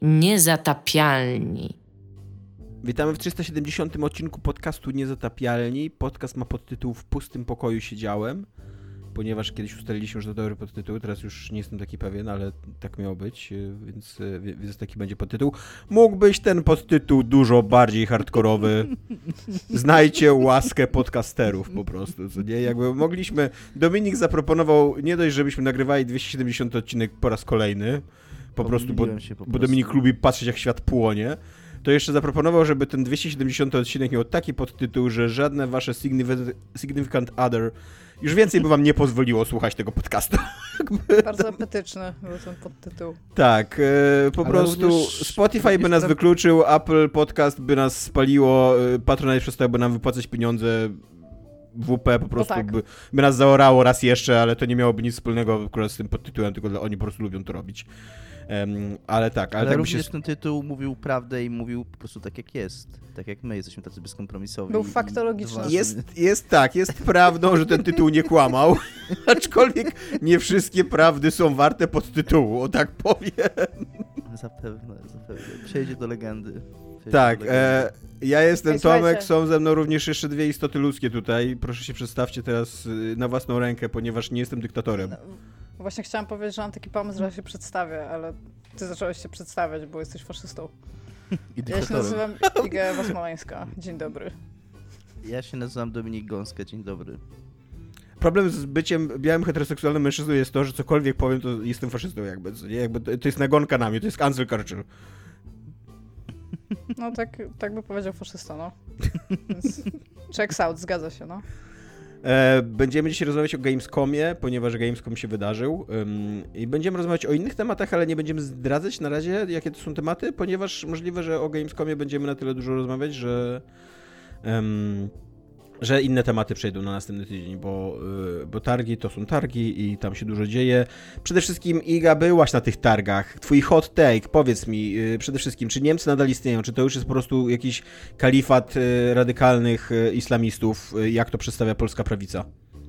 Niezatapialni. Witamy w 370. odcinku podcastu Niezatapialni. Podcast ma podtytuł W pustym pokoju siedziałem, ponieważ kiedyś ustaliliśmy, że to dobry podtytuł, teraz już nie jestem taki pewien, ale tak miało być, więc taki będzie podtytuł. Mógł być ten podtytuł dużo bardziej hardkorowy. Znajdźcie łaskę podcasterów po prostu, co nie? Jakby mogliśmy... Dominik zaproponował nie dość, żebyśmy nagrywali 270 odcinek po raz kolejny, po prostu, bo Dominik lubi patrzeć, jak świat płonie. To jeszcze zaproponował, żeby ten 270 odcinek miał taki podtytuł, że żadne wasze significant other już więcej by wam nie pozwoliło słuchać tego podcastu. Bardzo apetyczny był ten podtytuł. Tak, po prostu Spotify by nas wykluczył, Apple Podcast by nas spaliło, Patronite przestałby nam wypłacać pieniądze, WP po prostu by nas zaorało raz jeszcze, ale to nie miałoby nic wspólnego z tym podtytułem, tylko oni po prostu lubią to robić. Ale tak również ten tytuł mówił prawdę i mówił po prostu tak jak jest. Tak jak my jesteśmy tacy bezkompromisowi. Był faktologiczny. Jest prawdą, że ten tytuł nie kłamał, aczkolwiek nie wszystkie prawdy są warte podtytułu, o tak powiem. Zapewne. Przejdzie do legendy. Ja jestem Tomek, są ze mną również jeszcze dwie istoty ludzkie tutaj. Proszę się przedstawcie teraz na własną rękę, ponieważ nie jestem dyktatorem. No, właśnie chciałam powiedzieć, że mam taki pomysł, że ja się przedstawię, ale ty zacząłeś się przedstawiać, bo jesteś faszystą. Ja się nazywam Iga Ewa Smoleńska. Dzień dobry. Ja się nazywam Dominik Gąska. Dzień dobry. Problem z byciem białym heteroseksualnym mężczyzną jest to, że cokolwiek powiem, to jestem faszystą jakby. To jest nagonka na mnie, to jest cancel culture. No tak by powiedział faszysta, no. Więc checks out, zgadza się, no. Będziemy dzisiaj rozmawiać o Gamescomie, ponieważ Gamescom się wydarzył i będziemy rozmawiać o innych tematach, ale nie będziemy zdradzać na razie, jakie to są tematy, ponieważ możliwe, że o Gamescomie będziemy na tyle dużo rozmawiać, że inne tematy przejdą na następny tydzień, bo targi to są targi i tam się dużo dzieje. Przede wszystkim, Iga, byłaś na tych targach. Twój hot take, powiedz mi przede wszystkim, czy Niemcy nadal istnieją, czy to już jest po prostu jakiś kalifat radykalnych islamistów, jak to przedstawia polska prawica?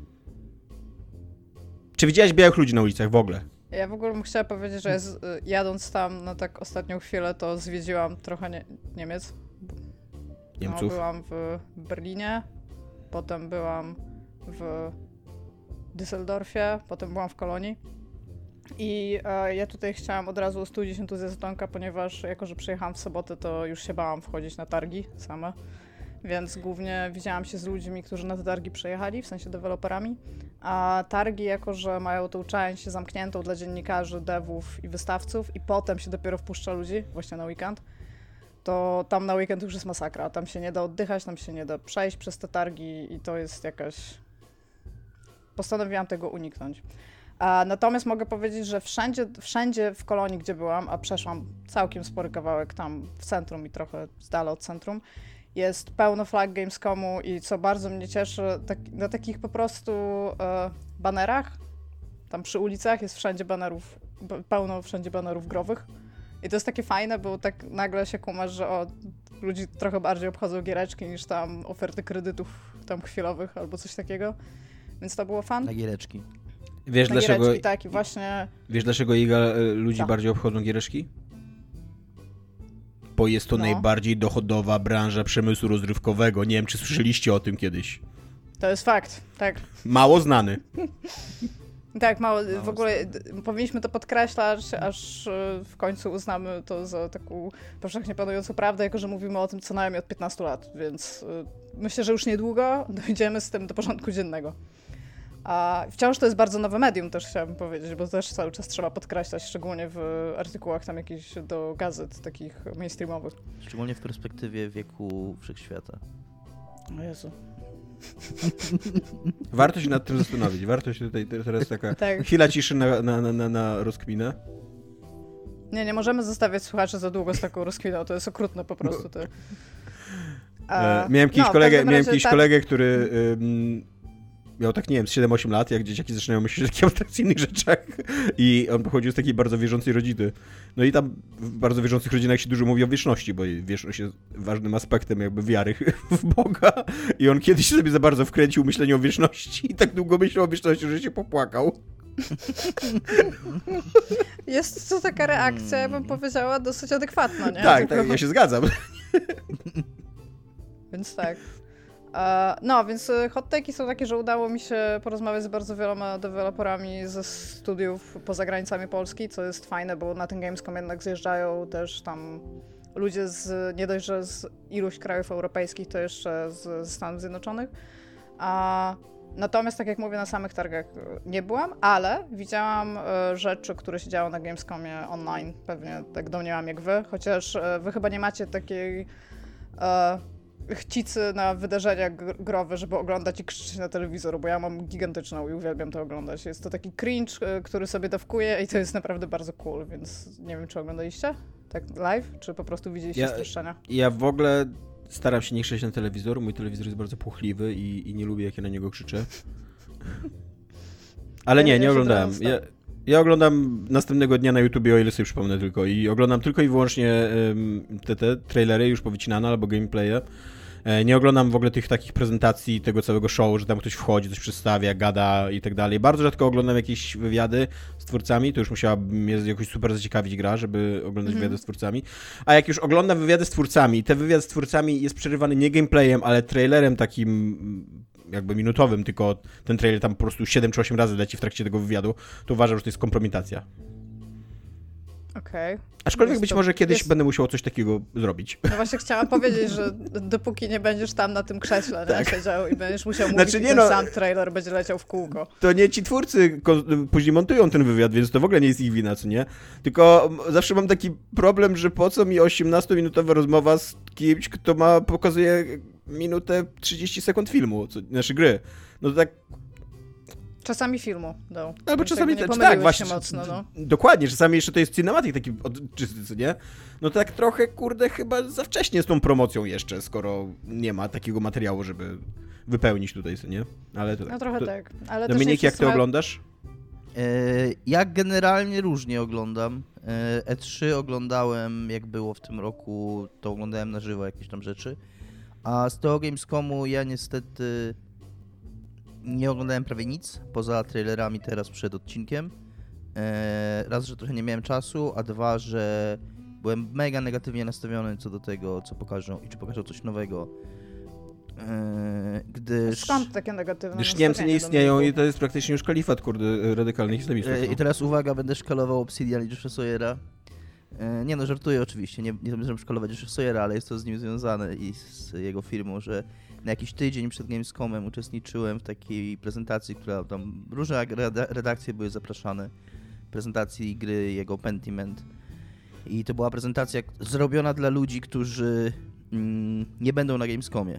Czy widziałaś białych ludzi na ulicach w ogóle? Ja w ogóle bym chciała powiedzieć, że jadąc tam na tak ostatnią chwilę, to zwiedziłam trochę Niemiec. Niemców? No, byłam w Berlinie. Potem byłam w Düsseldorfie, potem byłam w Kolonii i ja tutaj chciałam od razu ostudzić entuzjazm Tomka, ponieważ jako, że przyjechałam w sobotę, to już się bałam wchodzić na targi same, więc głównie widziałam się z ludźmi, którzy na te targi przyjechali, w sensie deweloperami, a targi, jako że mają tą część zamkniętą dla dziennikarzy, devów i wystawców i potem się dopiero wpuszcza ludzi, właśnie na weekend, to tam na weekend już jest masakra. Tam się nie da oddychać, tam się nie da przejść przez te targi i to jest jakaś... Postanowiłam tego uniknąć. Natomiast mogę powiedzieć, że wszędzie w Kolonii, gdzie byłam, a przeszłam całkiem spory kawałek tam w centrum i trochę z dala od centrum, jest pełno flag Gamescomu i co bardzo mnie cieszy, na takich po prostu banerach, tam przy ulicach jest pełno wszędzie banerów growych. I to jest takie fajne, bo tak nagle się kumasz, że ludzi trochę bardziej obchodzą giereczki niż tam oferty kredytów tam chwilowych albo coś takiego. Więc to było fan. Na giereczki. Wiesz na dlaczego? Giereczki, tak, i właśnie... Wiesz dlaczego, Iga, ludzi bardziej obchodzą giereczki? Bo jest to najbardziej dochodowa branża przemysłu rozrywkowego. Nie wiem, czy słyszeliście o tym kiedyś. To jest fakt, tak. Mało znany. Tak, mało. W ogóle powinniśmy to podkreślać, aż w końcu uznamy to za taką powszechnie panującą prawdę, jako że mówimy o tym co najmniej od 15 lat, więc myślę, że już niedługo dojdziemy z tym do porządku dziennego. A wciąż to jest bardzo nowe medium, też chciałabym powiedzieć, bo też cały czas trzeba podkreślać, szczególnie w artykułach tam jakichś do gazet takich mainstreamowych. Szczególnie w perspektywie wieku wszechświata. O Jezu. Warto się nad tym zastanowić. Warto się tutaj teraz taka chwila ciszy na rozkminę. Nie możemy zostawiać słuchaczy za długo z taką rozkminą, to jest okrutne po prostu. Miałem kiedyś kolegę, który miał tak, nie wiem, z 7-8 lat, jak dzieciaki zaczynają myśleć o takich abstrakcyjnych rzeczach i on pochodził z takiej bardzo wierzącej rodziny. No i tam w bardzo wierzących rodzinach się dużo mówi o wieczności, bo wieczność jest ważnym aspektem jakby wiary w Boga i on kiedyś sobie za bardzo wkręcił myślenie o wieczności i tak długo myślał o wieczności, że się popłakał. Jest to taka reakcja, ja bym powiedziała, dosyć adekwatna, nie? Tak, ja się zgadzam. Więc tak. No, więc hot take'i są takie, że udało mi się porozmawiać z bardzo wieloma deweloperami ze studiów poza granicami Polski, co jest fajne, bo na ten Gamescom jednak zjeżdżają też tam ludzie nie dość, że z iluś krajów europejskich, to jeszcze ze Stanów Zjednoczonych. Natomiast, tak jak mówię, na samych targach nie byłam, ale widziałam rzeczy, które się działy na Gamescomie online, pewnie tak domniemam jak wy, chociaż wy chyba nie macie takiej chcicy na wydarzenia growe, żeby oglądać i krzyczeć na telewizor, bo ja mam gigantyczną i uwielbiam to oglądać. Jest to taki cringe, który sobie dawkuję i to jest naprawdę bardzo cool, więc nie wiem, czy oglądaliście tak live, czy po prostu widzieliście streszczenia? Ja w ogóle staram się nie krzyczeć na telewizor, mój telewizor jest bardzo płochliwy i nie lubię, jak ja na niego krzyczę. Ale nie oglądałem. Ja oglądam następnego dnia na YouTubie, o ile sobie przypomnę tylko. I oglądam tylko i wyłącznie te trailery już powycinane albo gameplaye. Nie oglądam w ogóle tych takich prezentacji tego całego show, że tam ktoś wchodzi, coś przedstawia, gada i tak dalej. Bardzo rzadko oglądam jakieś wywiady z twórcami, to już musiałaby mnie jakoś super zaciekawić gra, żeby oglądać wywiady z twórcami. A jak już oglądam wywiady z twórcami, ten wywiad z twórcami jest przerywany nie gameplayem, ale trailerem takim jakby minutowym, tylko ten trailer tam po prostu 7 czy 8 razy leci w trakcie tego wywiadu, to uważam, że to jest kompromitacja. Okej. Aczkolwiek być może kiedyś będę musiał coś takiego zrobić. No właśnie chciałam powiedzieć, że dopóki nie będziesz tam na tym krześle siedział i będziesz musiał mówić, Znaczy, ten sam trailer będzie leciał w kółko. To nie ci twórcy później montują ten wywiad, więc to w ogóle nie jest ich wina, co nie? Tylko zawsze mam taki problem, że po co mi 18-minutowa rozmowa z kimś, kto pokazuje minutę 30 sekund filmu, znaczy gry. No to tak... Czasami filmu, no. Albo czasami tak, właśnie. Mocno, no. Dokładnie, czasami jeszcze to jest cinematic taki czysty, co nie? No to tak trochę, kurde, chyba za wcześnie z tą promocją jeszcze, skoro nie ma takiego materiału, żeby wypełnić tutaj, co nie? Ale to tak. No trochę tak. Ale Dominik, jak ty oglądasz? Ja generalnie różnie oglądam. E3 oglądałem, jak było w tym roku, to oglądałem na żywo jakieś tam rzeczy. A z tego Gamescomu ja niestety nie oglądałem prawie nic, poza trailerami teraz przed odcinkiem. Raz, że trochę nie miałem czasu, a dwa, że byłem mega negatywnie nastawiony co do tego, co pokażą i czy pokażą coś nowego. Skąd takie negatywne Gdyż Niemcy nie istnieją i to jest praktycznie już kalifat, kurde, radykalnych islamistów. I teraz uwaga, będę szkalował Obsidian i Josha Sawyera. Nie no, żartuję oczywiście, nie zamierzam szkalować Josha Sawyera, ale jest to z nim związane i z jego firmą, że na jakiś tydzień przed Gamescomem uczestniczyłem w takiej prezentacji, która tam różne redakcje były zapraszane, prezentacji gry jego Pentiment. I to była prezentacja zrobiona dla ludzi, którzy nie będą na Gamescomie.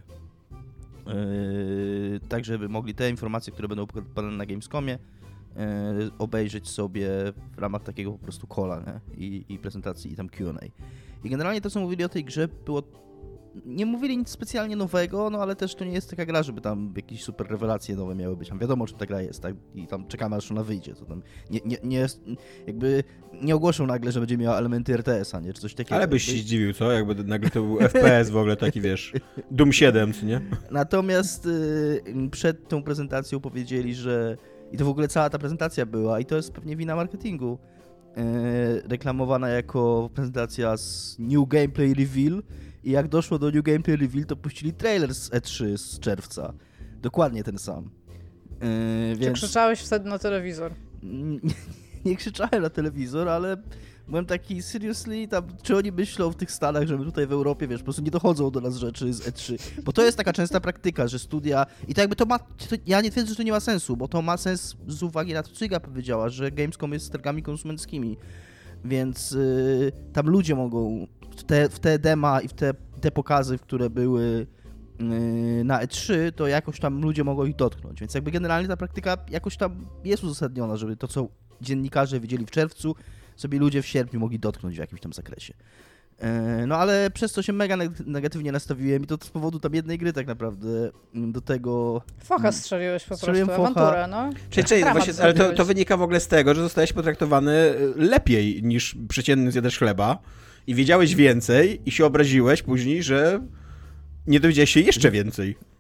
Tak, żeby mogli te informacje, które będą podane na Gamescomie, obejrzeć sobie w ramach takiego po prostu calla, nie? I prezentacji i tam Q&A. I generalnie to, co mówili o tej grze, było... Nie mówili nic specjalnie nowego, no ale też to nie jest taka gra, żeby tam jakieś super rewelacje nowe miały być. Tam wiadomo, czym ta gra jest, tak? I tam czekamy, aż ona wyjdzie. To tam jakby nie ogłoszą nagle, że będzie miała elementy RTS-a, nie? Czy coś takiego. Ale byś się zdziwił, co? Jakby nagle to był FPS w ogóle taki, wiesz, Doom 7, czy nie? Natomiast przed tą prezentacją powiedzieli, że... I to w ogóle cała ta prezentacja była, i to jest pewnie wina marketingu, reklamowana jako prezentacja z New Gameplay Reveal. I jak doszło do New Gameplay Reveal, to puścili trailer z E3 z czerwca. Dokładnie ten sam. Czy krzyczałeś wtedy na telewizor? Nie krzyczałem na telewizor, ale byłem taki seriously, tam, czy oni myślą w tych Stanach, że my tutaj w Europie, wiesz, po prostu nie dochodzą do nas rzeczy z E3. Bo to jest taka częsta praktyka, że studia... I to jakby to ma... Ja nie twierdzę, że to nie ma sensu, bo to ma sens z uwagi na to, co Iga powiedziała, że Gamescom jest targami konsumenckimi. Więc tam ludzie mogą w te dema i w te pokazy, które były na E3, to jakoś tam ludzie mogą ich dotknąć. Więc jakby generalnie ta praktyka jakoś tam jest uzasadniona, żeby to, co dziennikarze widzieli w czerwcu, sobie ludzie w sierpniu mogli dotknąć w jakimś tam zakresie. No ale przez to się mega negatywnie nastawiłem i to z powodu tam jednej gry tak naprawdę do tego... Focha strzeliłeś po prostu, awanturę, no. Czyli właśnie, ale to wynika w ogóle z tego, że zostałeś potraktowany lepiej niż przeciętny zjadacz chleba i wiedziałeś więcej i się obraziłeś później, że nie dowiedziałeś się jeszcze więcej.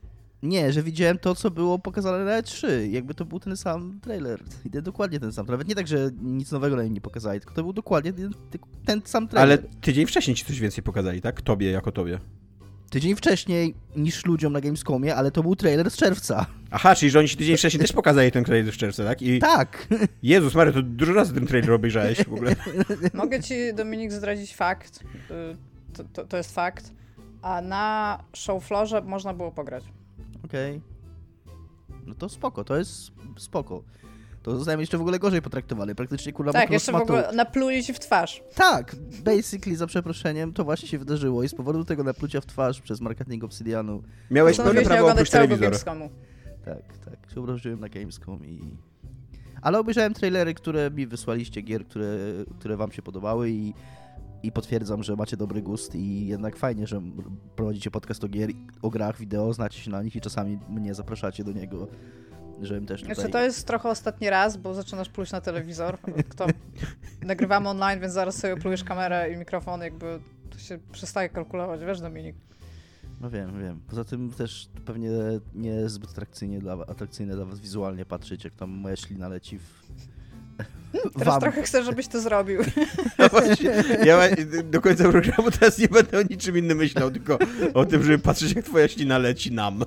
Nie, że widziałem to, co było pokazane na E3. Jakby to był ten sam trailer. Dokładnie ten sam. Nawet nie tak, że nic nowego na nim nie pokazali, tylko to był dokładnie ten sam trailer. Ale tydzień wcześniej ci coś więcej pokazali, tak? Tobie jako tobie. Tydzień wcześniej niż ludziom na Gamescomie, ale to był trailer z czerwca. Aha, czyli że oni ci tydzień wcześniej też pokazali ten trailer w czerwcu, tak? Tak. Jezus Maria, to dużo razy ten trailer obejrzałeś w ogóle. Mogę ci, Dominik, zdradzić fakt. To jest fakt. A na show floorze można było pograć. Okej. No to spoko, to jest spoko. To zostałem jeszcze w ogóle gorzej potraktowany. Praktycznie kurwa Tak, jeszcze w ogóle napluli ci w twarz. Tak, basically za przeproszeniem to właśnie się wydarzyło i z powodu tego naplucia w twarz przez marketing Obsidianu. Miałeś pełne prawo oprócz telewizora. Tak, się obraziłem na Gamescom i... Ale obejrzałem trailery, które mi wysłaliście, gier, które wam się podobały i potwierdzam, że macie dobry gust i jednak fajnie, że prowadzicie podcast o grach, wideo, znacie się na nich i czasami mnie zapraszacie do niego, żebym też tutaj... Znaczy, to jest trochę ostatni raz, bo zaczynasz pluć na telewizor. Nagrywamy online, więc zaraz sobie plujesz kamerę i mikrofon, jakby to się przestaje kalkulować, wiesz, Dominik? No wiem. Poza tym też pewnie nie jest zbyt atrakcyjne dla was wizualnie patrzeć, jak tam moja ślina leci w... Teraz trochę chcę, żebyś to zrobił. No właśnie, ja do końca programu teraz nie będę o niczym innym myślał, tylko o tym, żeby patrzeć, jak twoja ślina leci nam.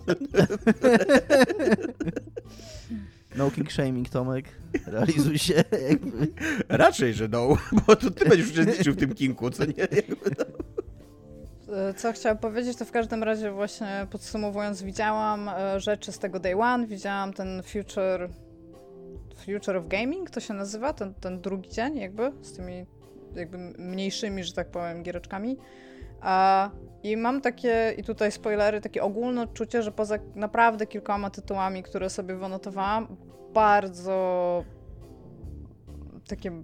No king shaming, Tomek. Realizuj się. Jakby. Raczej, że no, bo to ty będziesz uczestniczył w tym kinku, co nie? Co chciałam powiedzieć, to w każdym razie właśnie podsumowując, widziałam rzeczy z tego Day One, widziałam ten Future of Gaming, to się nazywa, ten drugi dzień jakby, z tymi jakby mniejszymi, że tak powiem, giereczkami. I mam takie, i tutaj spoilery, takie ogólne odczucie, że poza naprawdę kilkoma tytułami, które sobie wynotowałam, bardzo takie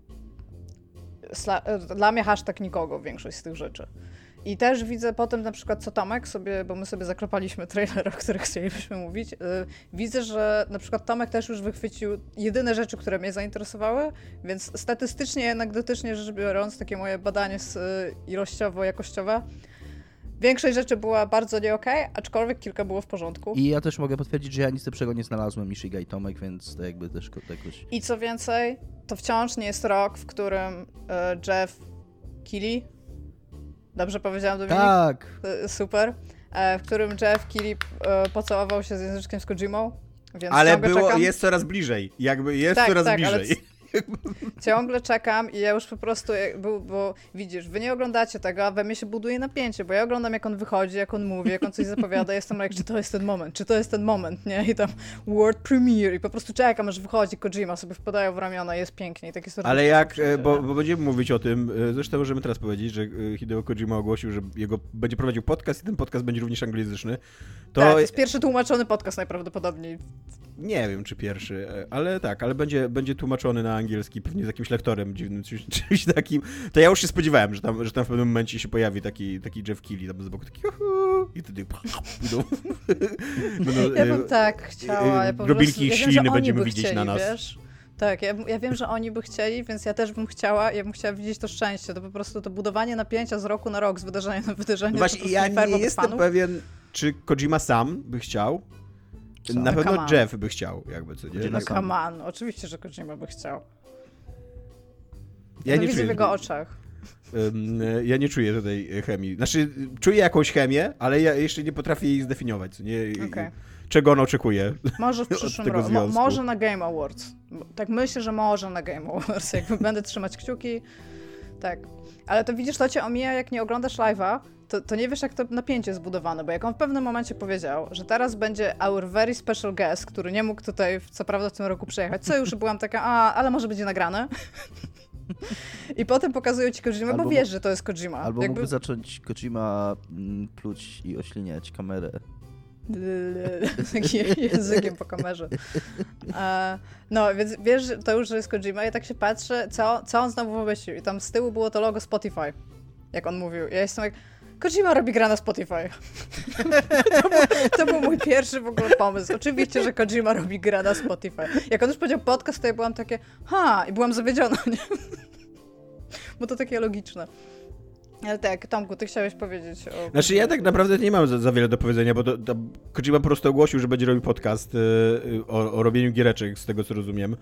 dla mnie hashtag nikogo większość z tych rzeczy. I też widzę potem na przykład co Tomek sobie, bo my sobie zaklepaliśmy trailer, o których chcielibyśmy mówić, widzę, że na przykład Tomek też już wychwycił jedyne rzeczy, które mnie zainteresowały, więc statystycznie, anegdotycznie rzecz biorąc, takie moje badanie ilościowo-jakościowe, większość rzeczy była bardzo nie okej, aczkolwiek kilka było w porządku. I ja też mogę potwierdzić, że ja nic lepszego nie znalazłem niż Iga i Tomek, więc to jakby też jakoś... I co więcej, to wciąż nie jest rok, w którym Jeff Keighley, dobrze powiedziałam, Dominik? Tak. Super. W którym Jeff Keighley pocałował się z Języczkiem z Kojimą. Więc ale czekam. jest coraz bliżej. Jakby jest coraz bliżej. Ciągle czekam i ja już po prostu, bo widzisz, wy nie oglądacie tego, a we mnie się buduje napięcie, bo ja oglądam, jak on wychodzi, jak on mówi, jak on coś zapowiada, jestem jak, czy to jest ten moment, nie? I tam world premiere i po prostu czekam, aż wychodzi Kojima, sobie wpadają w ramiona, jest pięknie i takie ale jak, bo będziemy mówić o tym, zresztą możemy teraz powiedzieć, że Hideo Kojima ogłosił, że będzie prowadził podcast i ten podcast będzie również anglojęzyczny. To jest pierwszy tłumaczony podcast najprawdopodobniej. Nie wiem, czy pierwszy, ale tak, ale będzie tłumaczony na angielski, pewnie z jakimś lektorem dziwnym, czymś takim. To ja już się spodziewałem, że tam w pewnym momencie się pojawi taki Jeff Keighley tam z boku, taki i wtedy ja bym tak chciała. Ja drobinki śliny będziemy widzieć na nas. Wiesz? Tak, ja wiem, że oni by chcieli, więc ja też bym chciała, widzieć to szczęście, to po prostu to budowanie napięcia z roku na rok, z wydarzenia na wydarzenie. Właśnie ja nie jestem pewien, czy Kojima sam by chciał. Na pewno Jeff by chciał, jakby co nie. No come on, oczywiście, że Kojima by chciał. Ja nie widzę czuję w jego oczach. Ja nie czuję tutaj chemii. Znaczy, czuję jakąś chemię, ale ja jeszcze nie potrafię jej zdefiniować. Nie? Okay. Czego on oczekuje? Może w przyszłym roku. Może na Game Awards. Tak myślę, że może na Game Awards. Jakby będę trzymać kciuki. Tak. Ale to widzisz, to cię omija, jak nie oglądasz live'a, to nie wiesz, jak to napięcie jest zbudowane, bo jak on w pewnym momencie powiedział, że teraz będzie our very special guest, który nie mógł tutaj, co prawda w tym roku przyjechać, co już byłam taka, ale może będzie nagrane. I potem pokazują ci Kojimę, bo wiesz, że to jest Kojima. Albo mógłby zacząć Kojima pluć i ośliniać kamerę. Językiem po kamerze. No, więc wiesz, to już jest Kojima. Ja tak się patrzę, co on znowu wymyślił. I tam z tyłu było to logo Spotify, jak on mówił. Ja jestem jak, Kojima robi gra na Spotify. To był mój pierwszy w ogóle pomysł. Oczywiście, że Kojima robi gra na Spotify. Jak on już powiedział podcast, to ja byłam takie, i byłam zawiedziona, nie? Bo to takie logiczne. Ale tak, Tomku, ty chciałeś powiedzieć o... Znaczy ja tak naprawdę nie mam za wiele do powiedzenia, bo Kojima po prostu ogłosił, że będzie robił podcast o robieniu giereczek, z tego co rozumiem.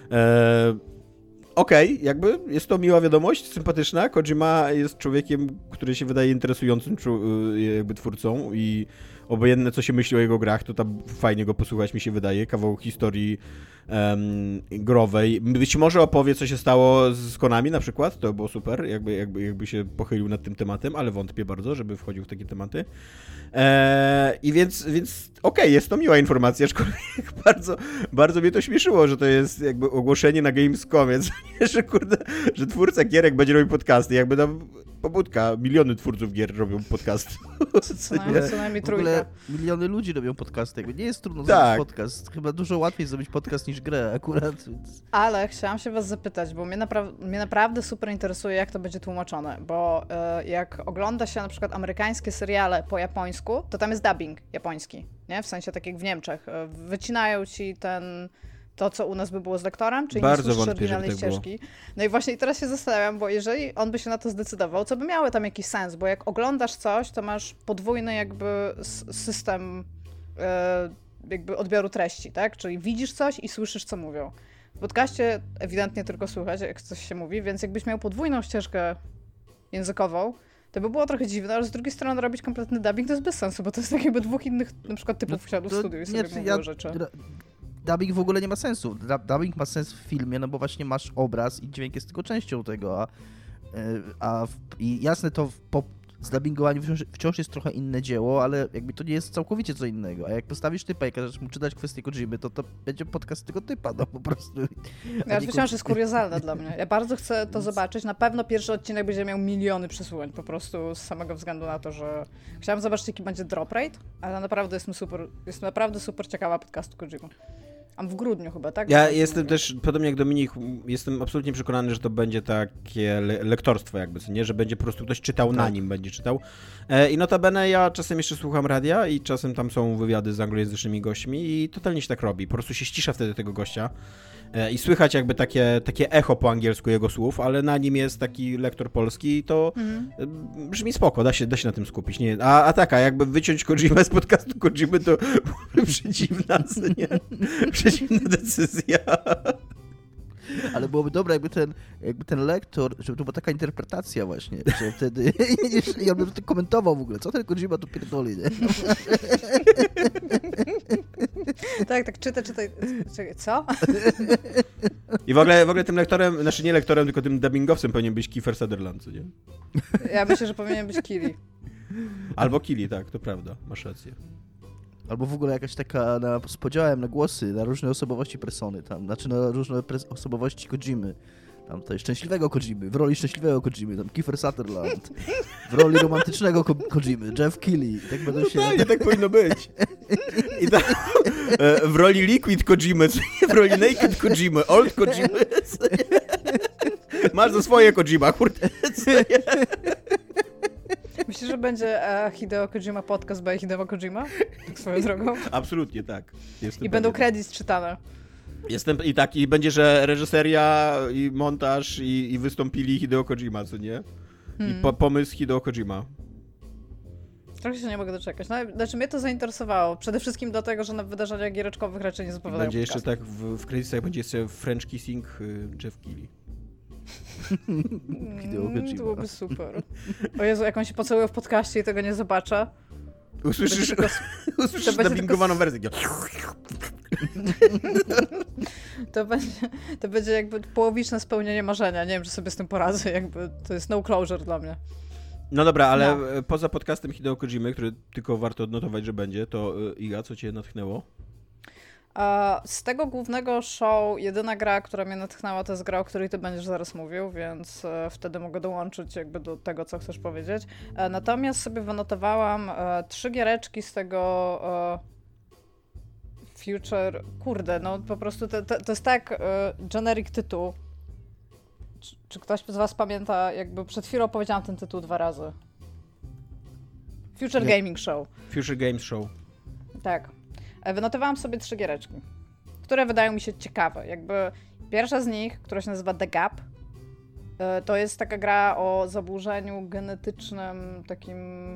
Okej, jakby jest to miła wiadomość, sympatyczna. Kojima jest człowiekiem, który się wydaje interesującym jakby twórcą i obojętne co się myśli o jego grach, to tam fajnie go posłuchać, mi się wydaje. Kawał historii growej. Być może opowie, co się stało z Konami na przykład, to było super, jakby się pochylił nad tym tematem, ale wątpię bardzo, żeby wchodził w takie tematy. I więc okej, jest to miła informacja, aczkolwiek bardzo mnie to śmieszyło, że to jest jakby ogłoszenie na Gamescomie, że kurde, że twórca gierek będzie robił podcasty, jakby tam pobudka, miliony twórców gier robią podcasty. Co najmniej W ogóle trójka. miliony ludzi robią podcasty, jakby nie jest trudno Tak. zrobić podcast, chyba dużo łatwiej zrobić podcast niż grę akurat. Więc... Ale chciałam się was zapytać, bo mnie naprawdę super interesuje, jak to będzie tłumaczone, bo jak ogląda się na przykład amerykańskie seriale po japońsku, to tam jest dubbing japoński, nie? W sensie tak jak w Niemczech. Wycinają ci to, co u nas by było z lektorem, czyli Bardzo nie słyszysz wątpię, żeby oryginalnej tak było. ścieżki. No i właśnie teraz się zastanawiam, bo jeżeli on by się na to zdecydował, co by miało tam jakiś sens, bo jak oglądasz coś, to masz podwójny jakby system jakby odbioru treści, tak? Czyli widzisz coś i słyszysz, co mówią. W podcaście ewidentnie tylko słychać, jak coś się mówi, więc jakbyś miał podwójną ścieżkę językową, to by było trochę dziwne, ale z drugiej strony robić kompletny dubbing to jest bez sensu, bo to jest tak jakby dwóch innych na przykład typów wsiadł w studiu i sobie mówiło rzeczy. Dubbing w ogóle nie ma sensu. Dubbing ma sens w filmie, no bo właśnie masz obraz i dźwięk jest tylko częścią tego, i jasne to po zdubbingowaniu wciąż jest trochę inne dzieło, ale jakby to nie jest całkowicie co innego. A jak postawisz typa i każesz mu czytać kwestię Kojimy, to będzie podcast tego typa, no po prostu. Ja wciąż jest kuriozalne dla mnie. Ja bardzo chcę to zobaczyć. Na pewno pierwszy odcinek będzie miał miliony przesłuchań po prostu z samego względu na to, że chciałam zobaczyć, jaki będzie drop rate, ale naprawdę jestem naprawdę super ciekawa podcastu Kojima. A w grudniu chyba, tak? Ja jestem też, podobnie jak Dominik, jestem absolutnie przekonany, że to będzie takie lektorstwo jakby, co nie? Że będzie po prostu ktoś czytał na nim, będzie czytał. I notabene ja czasem jeszcze słucham radia i czasem tam są wywiady z anglojęzycznymi gośćmi i totalnie się tak robi. Po prostu się ścisza wtedy tego gościa i słychać jakby takie echo po angielsku jego słów, ale na nim jest taki lektor polski i to brzmi spoko, da się na tym skupić. Nie? A jakby wyciąć Kojimę z podcastu Kojimy, to byłaby przeciwna, nie? Przeciwna decyzja. Ale byłoby dobre, jakby ten lektor, żeby to była taka interpretacja właśnie, że wtedy i on by to komentował w ogóle, co ten Kojima tu pierdoli, nie? Tak, czytaj. Czekaj, co? I w ogóle tym lektorem, znaczy nie lektorem, tylko tym dubbingowcem powinien być Kiefer Sutherland, co nie? Ja myślę, że powinien być Kili. Albo Kili, tak, to prawda, masz rację. Albo w ogóle jakaś taka z podziałem na głosy, na różne osobowości persony, tam, znaczy na różne osobowości Kojimy. Tam tutaj szczęśliwego Kojimy, w roli szczęśliwego Kojimy, tam Kiefer Sutherland, w roli romantycznego Kojimy, Jeff Keighley. Tak będą się... Totalnie tak powinno być. I tak, w roli Liquid Kojimy, w roli Naked Kojimy, Old Kojimy. Masz za swoje Kojima, kurde. Myślisz, że będzie Hideo Kojima podcast by Hideo Kojima? Tak swoją drogą. Absolutnie tak. Jestem I będą pewien. credits czytane. I będzie, że reżyseria i montaż i wystąpili Hideo Kojima, co nie? I pomysł Hideo Kojima. Trochę się nie mogę doczekać. No, znaczy mnie to zainteresowało. Przede wszystkim dlatego, że na wydarzeniach giereczkowych raczej nie zapowiadają Będzie jeszcze podcastów. tak w kredytach będzie jeszcze French Kissing Jeff Keighley. To byłoby super. O Jezu, jak on się pocałuje w podcaście i tego nie zobaczę. Usłyszysz będzie dubbingowaną wersję. To będzie jakby połowiczne spełnienie marzenia. Nie wiem, czy sobie z tym poradzę. Jakby to jest no closure dla mnie. No dobra, ale poza podcastem Hideo Kojimy, który tylko warto odnotować, że będzie, to Iga, co cię natchnęło? Z tego głównego show jedyna gra, która mnie natchnęła, to jest gra, o której ty będziesz zaraz mówił, więc wtedy mogę dołączyć jakby do tego, co chcesz powiedzieć. Natomiast sobie wynotowałam 3 giereczki z tego Future... Kurde, no po prostu to jest tak generic tytuł. Czy ktoś z was pamięta, jakby przed chwilą powiedziałam ten tytuł 2 razy. Future Gaming Show. Future Games Show. Tak. Wynotowałam sobie 3 giereczki, które wydają mi się ciekawe. Jakby pierwsza z nich, która się nazywa The Gap, To jest taka gra o zaburzeniu genetycznym, takim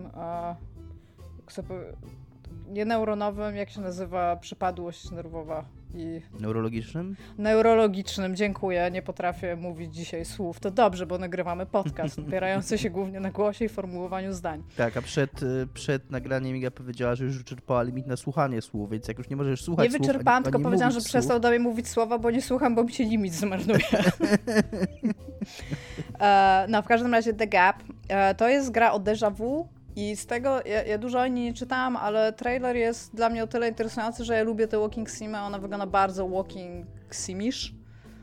nie neuronowym, jak się nazywa, przypadłość nerwowa. Neurologicznym? Neurologicznym, dziękuję. Nie potrafię mówić dzisiaj słów. To dobrze, bo nagrywamy podcast opierający się głównie na głosie i formułowaniu zdań. Tak, a przed nagraniem Iga powiedziała, że już wyczerpała limit na słuchanie słów, więc jak już nie możesz słuchać słów, nie wyczerpałam, tylko powiedziałam, że słów. przestał do mnie mówić słowa, bo nie słucham, bo mi się limit zmarnuje. No, w każdym razie The Gap to jest gra o déjà vu. I z tego, ja dużo o niej nie czytałam, ale trailer jest dla mnie o tyle interesujący, że ja lubię te walking simy, ona wygląda bardzo walking simish.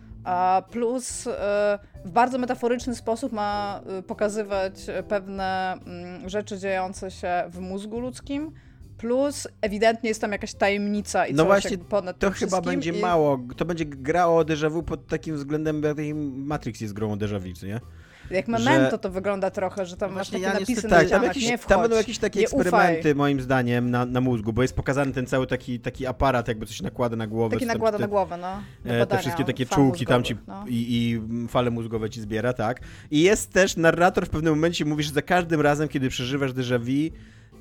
Plus w bardzo metaforyczny sposób ma pokazywać pewne rzeczy dziejące się w mózgu ludzkim. Plus ewidentnie jest tam jakaś tajemnica i no coś właśnie, jakby ponad to tym chyba będzie mało. To będzie gra o déjà vu pod takim względem, jak Matrix jest grą o déjà vu, nie? Jak Memento to wygląda trochę, że tam masz takie napisy na tak, ścianach, nie wchodź, tam będą jakieś takie eksperymenty, ufaj. moim zdaniem, na mózgu, bo jest pokazany ten cały taki aparat, jakby coś nakłada na głowę. Taki nakłada na głowę, no. Te wszystkie takie czułki tam ci i fale mózgowe ci zbiera, tak. I jest też narrator w pewnym momencie mówi, że za każdym razem, kiedy przeżywasz déjà vu,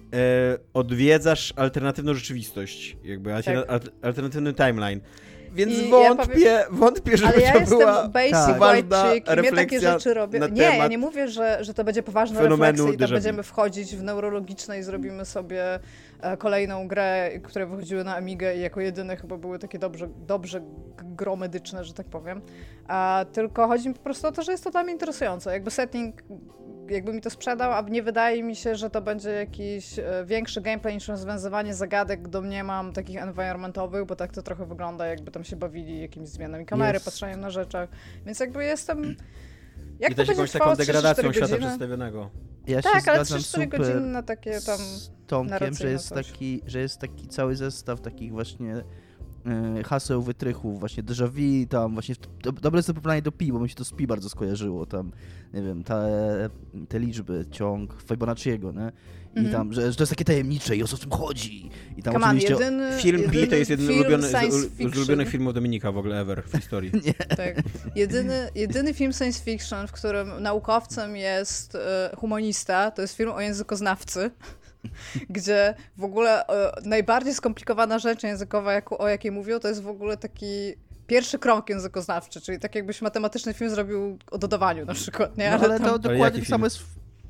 odwiedzasz alternatywną rzeczywistość, jakby alternatywny timeline. Więc wątpię, żeby ale to była poważna refleksja takie rzeczy robię. na Nie, temat ja nie mówię, że to będzie poważna refleksja i tam będziemy wchodzić w neurologiczne i zrobimy sobie kolejną grę, które wychodziły na Amigę i jako jedyne chyba były takie dobrze gromedyczne, że tak powiem. Tylko chodzi mi po prostu o to, że jest to dla mnie interesujące. Jakby setting jakby mi to sprzedał, a nie wydaje mi się, że to będzie jakiś większy gameplay niż rozwiązywanie zagadek, domniemam, takich environmentowych, bo tak to trochę wygląda, jakby tam się bawili jakimiś zmianami kamery, patrzeniem na rzeczach, więc jakby jestem... Jak i też jakąś taką degradacją świata przedstawionego. Ja tak, się ale zgadzam 3-4 godziny na takie tam z Tomkiem, że jest taki cały zestaw takich właśnie haseł, wytrychów, właśnie déjà vu, tam właśnie dobre jest to porównanie do Pi, bo mi się to z Pi bardzo skojarzyło, tam, nie wiem, te liczby, ciąg Fibonacciego, nie? I tam, że to jest takie tajemnicze i o co w tym chodzi. I tam oczywiście... Film Pi to jest jeden z ulubionych filmów Dominika w ogóle ever w historii. Nie. Tak. Jedyny film science fiction, w którym naukowcem jest humanista, to jest film o językoznawcy, gdzie w ogóle najbardziej skomplikowana rzecz językowa, o jakiej mówią, to jest w ogóle taki pierwszy krąg językoznawczy, czyli tak jakbyś matematyczny film zrobił o dodawaniu na przykład, nie? No, ale to dokładnie to samo jest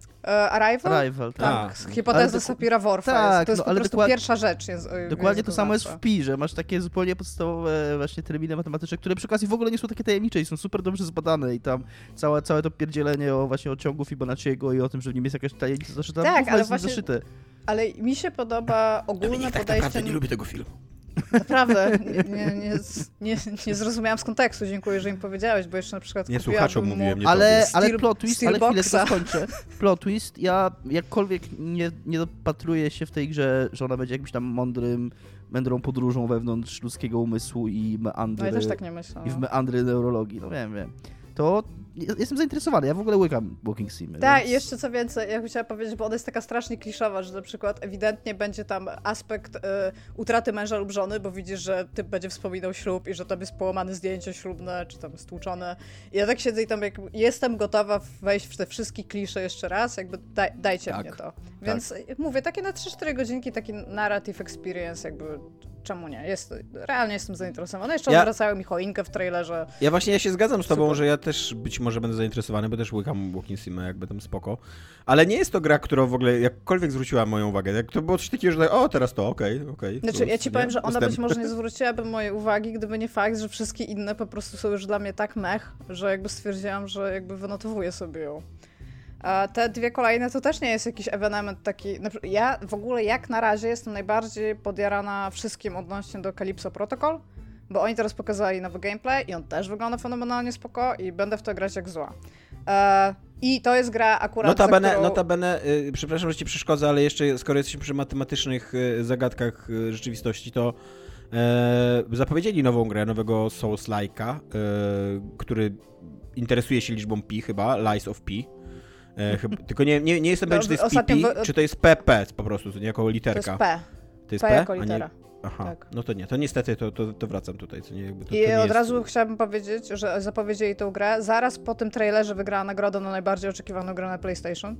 Arrival? Tak. Hipoteza Sapira-Whorfa tak, to jest po prostu pierwsza rzecz. Dokładnie to samo jest w Pi, że masz takie zupełnie podstawowe właśnie terminy matematyczne, które przy okazji w ogóle nie są takie tajemnicze i są super dobrze zbadane i tam całe to pierdzielenie o ciągu Fibonacciego i o tym, że w nim jest jakaś tajemnica zaszyta, tak, ale jest właśnie, zaszyte. Ale mi się podoba ogólne Dominik, podejście... Tak naprawdę nie lubię tego filmu. Naprawdę, nie zrozumiałem z kontekstu, dziękuję, że im powiedziałeś, bo jeszcze na przykład nie słuchaczom mówiłem, nie ale plot twist, ale chwilę tylko skończę. Plot twist, ja jakkolwiek nie dopatruję się w tej grze, że ona będzie jakimś tam mądrą podróżą wewnątrz ludzkiego umysłu i meandry. No ja też tak nie myślę. I w meandry neurologii, no wiem. To jestem zainteresowany, ja w ogóle łykam walking simy. Tak, i jeszcze co więcej, ja chciałam powiedzieć, bo ona jest taka strasznie kliszowa, że na przykład ewidentnie będzie tam aspekt utraty męża lub żony, bo widzisz, że typ będzie wspominał ślub i że tam jest połamane zdjęcie ślubne, czy tam stłuczone. I ja tak siedzę i tam jestem gotowa wejść w te wszystkie klisze jeszcze raz, jakby dajcie mnie to. Więc mówię, takie na 3-4 godzinki, taki narrative experience, jakby czemu nie? Realnie jestem zainteresowany. Jeszcze odwracają mi choinkę w trailerze. Ja się zgadzam z tobą, że ja też być może będę zainteresowany, bo też łykam walking simę, jakby tam spoko. Ale nie jest to gra, która w ogóle jakkolwiek zwróciła moją uwagę. Jak to było coś takiego, że teraz to, okej. Znaczy, ja ci powiem, że ona być może nie zwróciłaby mojej uwagi, gdyby nie fakt, że wszystkie inne po prostu są już dla mnie tak mech, że jakby stwierdziłam, że jakby wynotowuję sobie ją. A te dwie kolejne to też nie jest jakiś ewenement taki... Ja w ogóle jak na razie jestem najbardziej podjarana wszystkim odnośnie do Calypso Protocol, bo oni teraz pokazali nowy gameplay i on też wygląda fenomenalnie spoko i będę w to grać jak zła. I to jest gra akurat Notabene, przepraszam, że ci przeszkodzę, ale jeszcze skoro jesteśmy przy matematycznych zagadkach rzeczywistości, to zapowiedzieli nową grę, nowego Souls-like'a, który interesuje się liczbą pi chyba, Lies of Pi. Tylko nie jestem pewien, czy to jest PP, czy to jest PP po prostu, to nie jako literka. To jest P. To jest P P? jako A nie... litera. Aha, Tak. no to nie, to niestety to wracam tutaj, co nie jakby to I nie od jest... razu chciałabym powiedzieć, że zapowiedzieli tą grę. Zaraz po tym trailerze wygrała nagrodę na najbardziej oczekiwaną grę na PlayStation.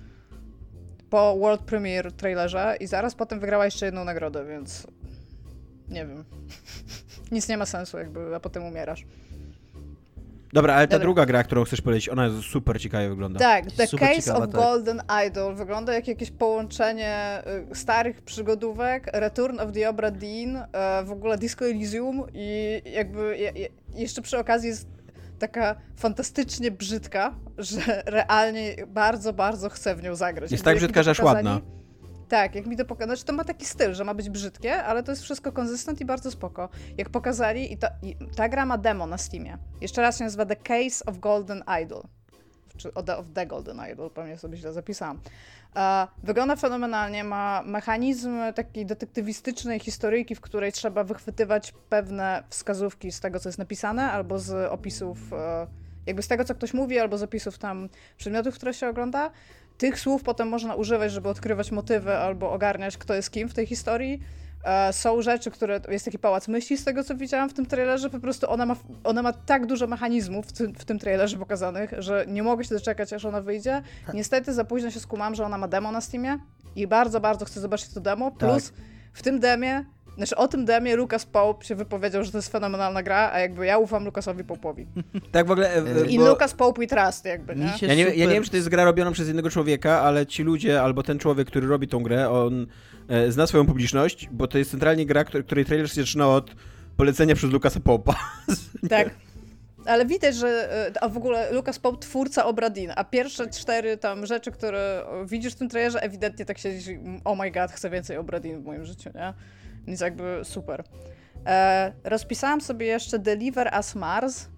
Po World Premiere trailerze i zaraz potem wygrała jeszcze jedną nagrodę, więc nie wiem. Nic nie ma sensu, jakby, a potem umierasz. Dobra, ale ta Dobra. druga gra, którą chcesz polecić, ona jest super ciekawie wygląda. Tak, The Super Case ciekawa, of tak. Golden Idol wygląda jak jakieś połączenie starych przygodówek, Return of the Obra Dinn, w ogóle Disco Elysium i jakby jeszcze przy okazji jest taka fantastycznie brzydka, że realnie bardzo, bardzo chcę w nią zagrać. Jest Jakby tak jak mi brzydka, to że aż pokazali- ładna. Tak, jak mi to pokazano, znaczy to ma taki styl, że ma być brzydkie, ale to jest wszystko konsystent i bardzo spoko. Jak pokazali, i ta gra ma demo na Steamie. Jeszcze raz się nazywa The Case of Golden Idol. Czy of the Golden Idol, pewnie sobie źle zapisałam. Wygląda fenomenalnie, ma mechanizm takiej detektywistycznej historyjki, w której trzeba wychwytywać pewne wskazówki z tego, co jest napisane, albo z opisów, jakby z tego, co ktoś mówi, albo z opisów tam przedmiotów, które się ogląda. Tych słów potem można używać, żeby odkrywać motywy albo ogarniać, kto jest kim w tej historii. Są rzeczy, które... Jest taki pałac myśli z tego, co widziałam w tym trailerze. Po prostu ona ma tak dużo mechanizmów w tym trailerze pokazanych, że nie mogę się doczekać, aż ona wyjdzie. Niestety za późno się skumam, że ona ma demo na Steamie i bardzo, bardzo chcę zobaczyć to demo. Plus w tym demie, znaczy o tym demie Lucas Pope się wypowiedział, że to jest fenomenalna gra, a jakby ja ufam Lucasowi Pope'owi. Tak w ogóle... I bo... Lucas Pope we trust, jakby, nie? Ja nie wiem, czy to jest gra robiona przez jednego człowieka, ale ci ludzie, albo ten człowiek, który robi tą grę, on zna swoją publiczność, bo to jest centralnie gra, której trailer się zaczyna od polecenia przez Lucasa Pope'a. Tak. Ale widać, że a w ogóle Lucas Pope twórca Obra Dinn, a pierwsze 4 tam rzeczy, które widzisz w tym trailerze, ewidentnie tak siedzisz, oh my god, chcę więcej Obra Dinn w moim życiu, nie? Więc jakby super. Rozpisałam sobie jeszcze Deliver Us Mars,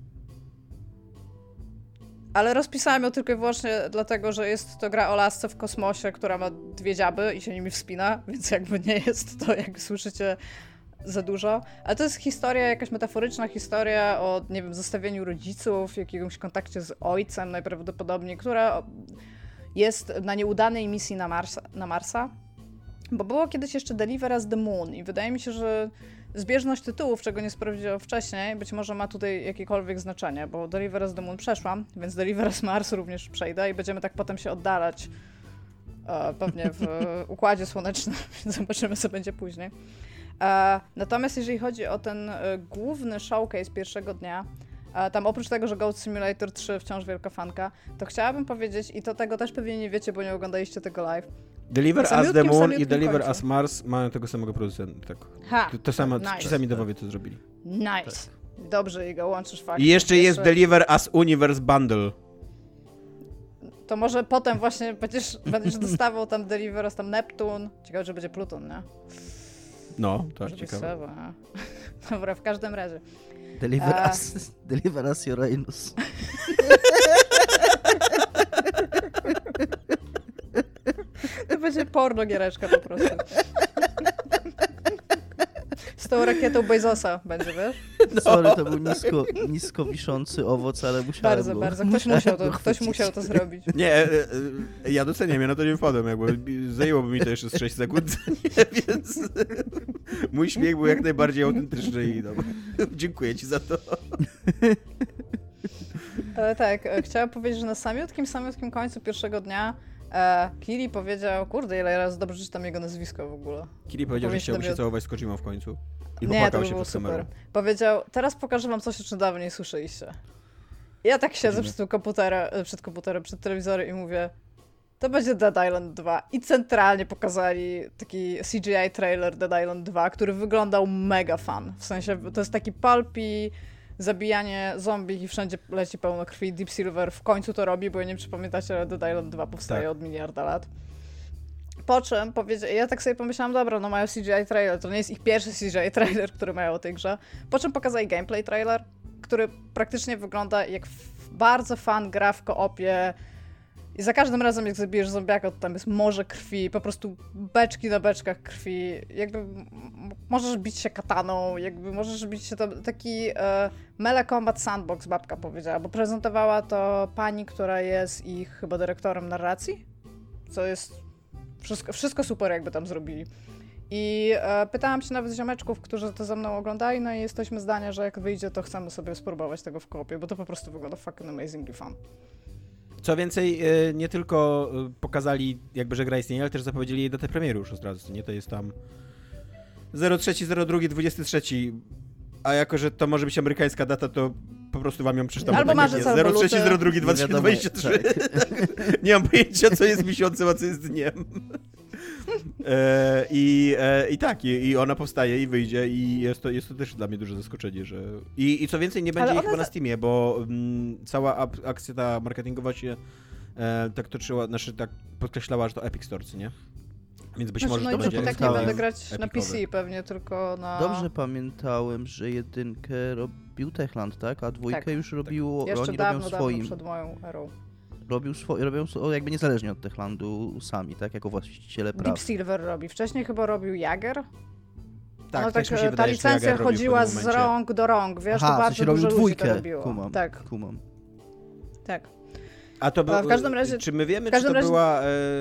ale rozpisałam ją tylko i wyłącznie dlatego, że jest to gra o lasce w kosmosie, która ma 2 dziaby i się nimi wspina, więc jakby nie jest to, jak słyszycie, za dużo. Ale to jest historia, jakaś metaforyczna historia o, nie wiem, zostawieniu rodziców, jakiegoś kontakcie z ojcem najprawdopodobniej, która jest na nieudanej misji na Marsa. Bo było kiedyś jeszcze Deliver Us the Moon i wydaje mi się, że zbieżność tytułów, czego nie sprawdziłam wcześniej, być może ma tutaj jakiekolwiek znaczenie, bo Deliver Us the Moon przeszłam, więc Deliver Us Mars również przejdę i będziemy tak potem się oddalać pewnie w Układzie Słonecznym, więc zobaczymy, co będzie później. Natomiast jeżeli chodzi o ten główny showcase pierwszego dnia, tam oprócz tego, że Goat Simulator 3 wciąż wielka fanka, to chciałabym powiedzieć, i to tego też pewnie nie wiecie, bo nie oglądaliście tego live. Deliver Na Us the Moon i samiutkim Deliver końcu. Us Mars mają tego samego producenta. Tak. Ha! To samo, nice. ci sami dewowie to zrobili. Nice. Dobrze, Iga, łączysz fakty. I jeszcze jest Deliver Us Universe Bundle. To może potem właśnie będziesz dostawał tam Deliver Us, tam Neptun. Ciekawe, że będzie Pluton, nie? No, tak, Może być ciekawe. Seba, nie? Dobra, w każdym razie. Deliver us Uranus. To będzie porno giereczka po prostu. Z tą rakietą Bezosa będzie, wiesz? Sorry, to był nisko wiszący owoc, ale musiałem Bardzo, go, bardzo. Ktoś chwycić. musiał to zrobić. Nie, ja doceniam, ja na to nie wpadłem, jakby zajęłoby mi to jeszcze z 6 sekund, nie, więc mój śmiech był jak najbardziej autentyczny i no, dziękuję ci za to. Ale tak, chciałam powiedzieć, że na samiutkim końcu pierwszego dnia Kiri powiedział, kurde, ile razy dobrze czytam jego nazwisko w ogóle. Kiri powiedział, że Powinien chciałby się się całować z Kojimą w końcu. I Nie, to popłakał by się było pod kamerą. super. Powiedział, teraz pokażę wam coś, o czym dawniej słyszeliście. Ja tak siedzę przed telewizorem i mówię, to będzie Dead Island 2. I centralnie pokazali taki CGI trailer Dead Island 2, który wyglądał mega fan. W sensie, to jest taki pulpy, zabijanie zombie i wszędzie leci pełno krwi. Deep Silver w końcu to robi, bo ja nie wiem, czy pamiętacie, ale Dead Island 2 powstaje Tak. od miliarda lat. Po czym ja tak sobie pomyślałam, dobra, no mają CGI trailer, to nie jest ich pierwszy CGI trailer, który mają o tej grze. Po czym pokazali gameplay trailer, który praktycznie wygląda jak bardzo fan gra w koopie. I za każdym razem, jak zabijesz zombiaka, to tam jest morze krwi, po prostu beczki na beczkach krwi. Jakby możesz bić się kataną, jakby możesz bić się tam taki Melee Combat Sandbox, babka powiedziała, bo prezentowała to pani, która jest ich chyba dyrektorem narracji, co jest wszystko super, jakby tam zrobili. I pytałam się nawet ziomeczków, którzy to ze mną oglądali, no i jesteśmy zdania, że jak wyjdzie, to chcemy sobie spróbować tego w koopie, bo to po prostu wygląda fucking amazingly fun. Co więcej, nie tylko pokazali jakby, że gra istnieje, ale też zapowiedzieli jej datę premiery już od razu, nie? To jest tam 03/02/23, a jako, że to może być amerykańska data, to po prostu wam ją przeczytam. Albo marzec, albo luty. 03/02/2023. Nie mam pojęcia, co jest miesiącem, a co jest dniem. I ona powstaje i wyjdzie i jest to też dla mnie duże zaskoczenie, że... I co więcej, nie będzie jej chyba na Steamie, bo cała akcja ta marketingowa się tak toczyła, tak podkreślała, że to Epic Store, nie? Więc być może to będzie... tak nie będę grać na PC pewnie, tylko na... Dobrze pamiętałem, że jedynkę robił Techland, tak? A dwójkę już robiło... Jeszcze oni dawno, robią swoim. przed moją erą. Robią jakby niezależnie od Techlandu sami, tak? Jako właściciele praw. Deep Silver robi. Wcześniej chyba robił Jager. Tak, no, tak mi się ta wydaje, licencja chodziła z rąk do rąk, wiesz, to bardzo dużo ludzi to robiło. Kumam. Tak. A to w każdym razie, czy my wiemy, czy to była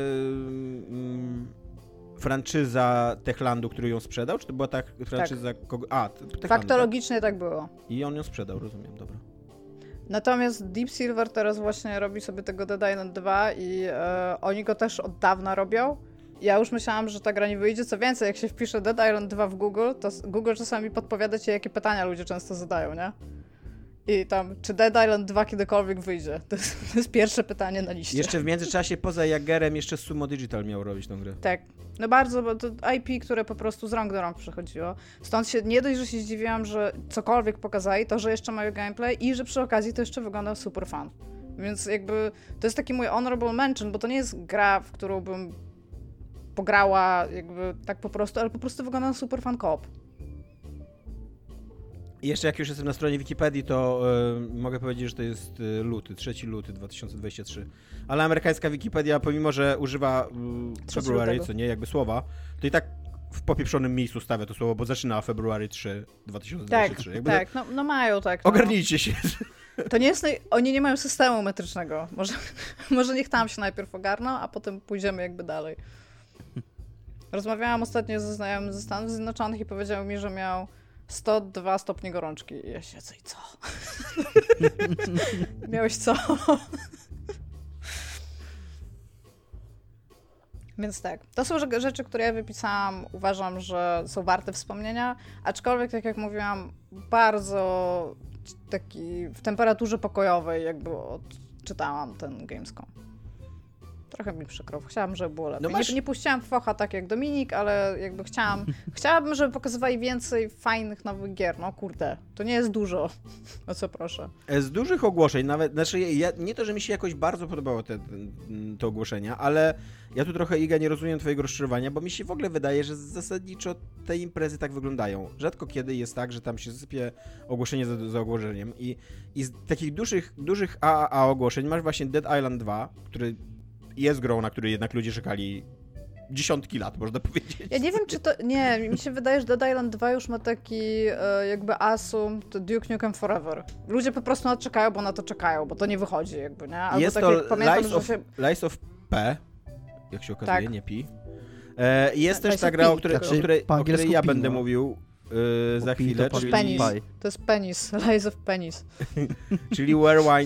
franczyza Techlandu, który ją sprzedał, czy to była ta franczyza kogo... Techlandu, faktologicznie tak było. I on ją sprzedał, rozumiem, dobra. Natomiast Deep Silver teraz właśnie robi sobie tego Dead Island 2 i oni go też od dawna robią. Ja już myślałam, że ta gra nie wyjdzie. Co więcej, jak się wpisze Dead Island 2 w Google, to Google czasami podpowiada ci, jakie pytania ludzie często zadają, nie? I tam, czy Dead Island 2 kiedykolwiek wyjdzie? To jest pierwsze pytanie na liście. Jeszcze w międzyczasie, poza Jagerem, jeszcze Sumo Digital miał robić tę grę. Tak. No bardzo, bo to IP, które po prostu z rąk do rąk przechodziło. Stąd się nie dość, że się zdziwiłam, że cokolwiek pokazali, to, że jeszcze mają gameplay i że przy okazji to jeszcze wygląda super fun. Więc jakby to jest taki mój honorable mention, bo to nie jest gra, w którą bym pograła jakby tak po prostu, ale po prostu wygląda na super fun co-op. I jeszcze jak już jestem na stronie Wikipedii, to mogę powiedzieć, że to jest 3 luty 2023. Ale amerykańska Wikipedia, pomimo że używa February, co nie, jakby słowa, to i tak w popieprzonym miejscu stawia to słowo, bo zaczyna February 3 2023. Tak, tak, no mają tak. No. Ogarnijcie się. To nie jest, oni nie mają systemu metrycznego. Może niech tam się najpierw ogarną, a potem pójdziemy jakby dalej. Rozmawiałam ostatnio ze znajomym ze Stanów Zjednoczonych i powiedział mi, że miał 102 stopnie gorączki. I ja siedzę i co? Miałeś co? Więc tak, to są rzeczy, które ja wypisałam, uważam, że są warte wspomnienia, aczkolwiek, tak jak mówiłam, bardzo taki w temperaturze pokojowej jakby odczytałam ten Gamescom. Trochę mi przykro, chciałam, żeby było lepiej. Nie puściłam focha tak jak Dominik, ale jakby chciałabym, żeby pokazywali więcej fajnych nowych gier. No kurde, to nie jest dużo, o co proszę. Z dużych ogłoszeń, nawet, znaczy nie to, że mi się jakoś bardzo podobało te ogłoszenia, ale ja tu trochę, Iga, nie rozumiem twojego rozczarowania, bo mi się w ogóle wydaje, że zasadniczo te imprezy tak wyglądają. Rzadko kiedy jest tak, że tam się sypie ogłoszenie za ogłoszeniem i z takich dużych AAA ogłoszeń masz właśnie Dead Island 2, który jest grą, na której jednak ludzie czekali dziesiątki lat, można powiedzieć. Ja nie wiem, czy to... Nie, mi się wydaje, że Dead Island 2 już ma taki jakby asum, to Duke Nukem Forever. Ludzie po prostu na to czekają, bo na to czekają, bo to nie wychodzi jakby, nie? Albo jest tak to jak pamiętam, Lies of P, jak się okazuje, tak. Nie Pi. Jest też ta gra, o której ja będę mówił za chwilę, czyli... Penis. To jest Penis, Lies of Penis. Czyli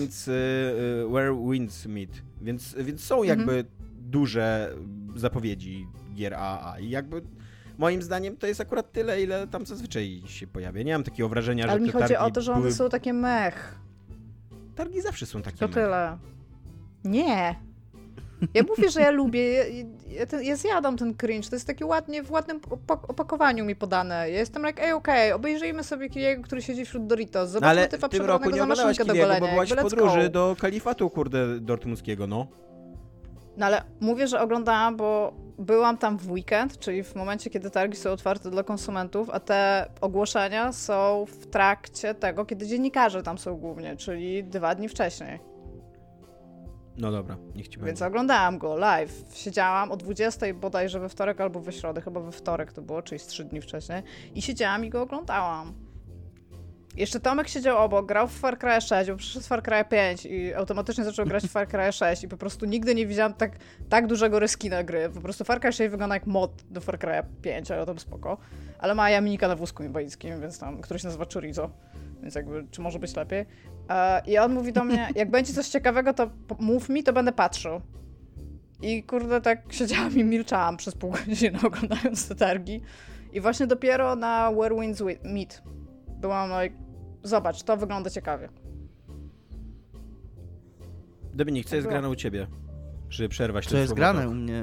Where Winds Meet. Więc są jakby duże zapowiedzi gier AAA i jakby moim zdaniem to jest akurat tyle, ile tam zazwyczaj się pojawia. Nie mam takiego wrażenia, że ale mi chodzi o to, że one były... są takie mech. Targi zawsze są takie to mech. Tyle. Nie. Ja mówię, że ja lubię, ja zjadam ten cringe, to jest takie ładnie, w ładnym opakowaniu mi podane. Ja jestem like, okej, obejrzyjmy sobie Kiliego, który siedzi wśród Doritos, zobaczmy typa przebranego za maszynkę do golenia. Bo byłaś w podróży do kalifatu, kurde, dortmundzkiego, no. No ale mówię, że oglądałam, bo byłam tam w weekend, czyli w momencie, kiedy targi są otwarte dla konsumentów, a te ogłoszenia są w trakcie tego, kiedy dziennikarze tam są głównie, czyli 2 dni wcześniej. No dobra, niech ci będzie. Więc oglądałam go live. Siedziałam o 20 bodajże we wtorek albo we środę, chyba we wtorek to było, czyli z 3 dni wcześniej. I siedziałam i go oglądałam. Jeszcze Tomek siedział obok, grał w Far Cry 6, bo przyszedł Far Cry 5 i automatycznie zaczął grać w Far Cry 6 i po prostu nigdy nie widziałam tak dużego reskina gry. Po prostu Far Cry 6 wygląda jak mod do Far Cry 5, ale tam spoko. Ale ma jamnika na wózku inwalidzkim, więc tam, który się nazywa Chorizo, więc jakby, czy może być lepiej. I on mówi do mnie, jak będzie coś ciekawego, to mów mi, to będę patrzył. I kurde, tak siedziałam i milczałam przez pół godziny oglądając te targi. I właśnie dopiero na Where Winds Meet byłam like, zobacz, to wygląda ciekawie. Dominik, co jest grane u ciebie? Żeby przerwać Co ten jest słowotok? grane u mnie?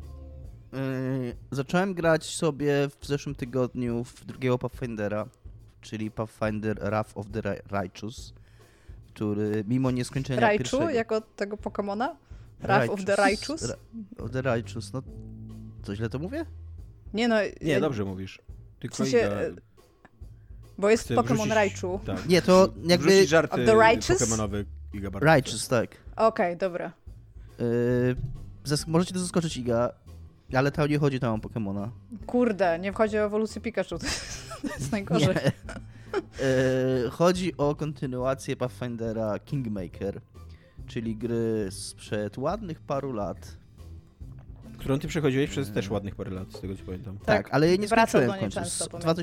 Zacząłem grać sobie w zeszłym tygodniu w drugiego Pathfindera, czyli Pathfinder Wrath of the Righteous, który mimo nieskończenia Raichu, pierwszego... jako tego Pokemona? Wrath of the Righteous? Of the Righteous, no... Co, źle to mówię? Nie no... Nie, dobrze mówisz. Tylko W sensie, Iga bo jest chce Pokemon wrzucić- Raichu. Tak. Nie, to jakby... Wrzucić żarty Of the Righteous? pokemonowe Iga bardzo Righteous, tak. Okej, dobra. Możecie to zaskoczyć, Iga, ale to nie chodzi tam o Pokemona. Kurde, nie wchodzi o ewolucję Pikachu, to jest najgorzej. Nie. Chodzi o kontynuację Pathfindera Kingmaker, czyli gry sprzed ładnych paru lat. Którą ty przechodziłeś przez też ładnych parę lat, z tego co pamiętam. Tak, ale jej nie wracam skończyłem do w niej końcu, często, z pamiętam.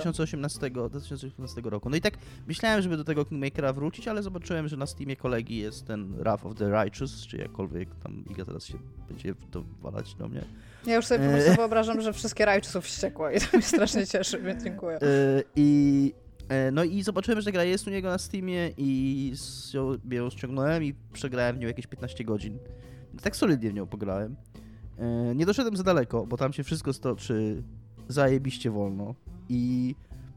2018 roku. No i tak myślałem, żeby do tego Kingmakera wrócić, ale zobaczyłem, że na Steamie kolegi jest ten Wrath of the Righteous, czy jakkolwiek tam Iga teraz się będzie dowalać do mnie. Ja już sobie po prostu wyobrażam, że wszystkie Raichu są wściekłe i to mnie strasznie cieszy, więc dziękuję. No i zobaczyłem, że gra jest u niego na Steamie i ją ściągnąłem i przegrałem w nią jakieś 15 godzin. Tak solidnie w nią pograłem. Nie doszedłem za daleko, bo tam się wszystko stoczy zajebiście wolno. I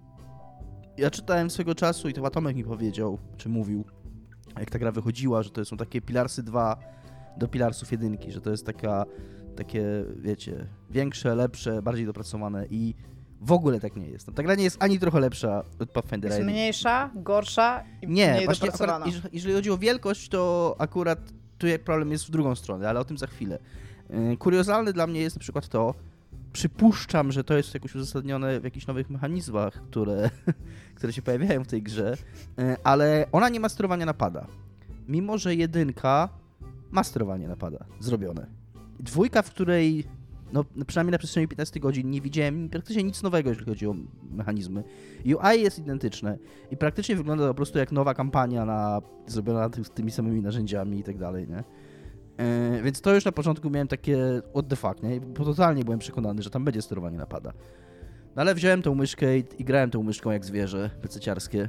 ja czytałem swego czasu i to chyba Tomek mi powiedział, czy mówił, jak ta gra wychodziła, że to są takie Pilarsy 2 do Pilarsów 1, że to jest takie, wiecie, większe, lepsze, bardziej dopracowane i w ogóle tak nie jest. No, ta gra nie jest ani trochę lepsza od Pathfindera Jest 1. mniejsza, gorsza i Nie, mniej właśnie dopracowana. akurat, jeżeli chodzi o wielkość, to akurat tu problem jest w drugą stronę, ale o tym za chwilę. Kuriozalne dla mnie jest na przykład to, przypuszczam, że to jest jakoś uzasadnione w jakichś nowych mechanizmach, które się pojawiają w tej grze, ale ona nie ma sterowania napada. Mimo że 1 ma sterowanie napada zrobione. 2, w której no przynajmniej na przestrzeni 15 godzin nie widziałem praktycznie nic nowego, jeżeli chodzi o mechanizmy. UI jest identyczne i praktycznie wygląda po prostu jak nowa kampania zrobiona tymi samymi narzędziami i tak dalej, nie? Więc to już na początku miałem takie what the fuck, nie? Bo totalnie byłem przekonany, że tam będzie sterowanie napada. No ale wziąłem tą myszkę i grałem tą myszką jak zwierzę pececiarskie.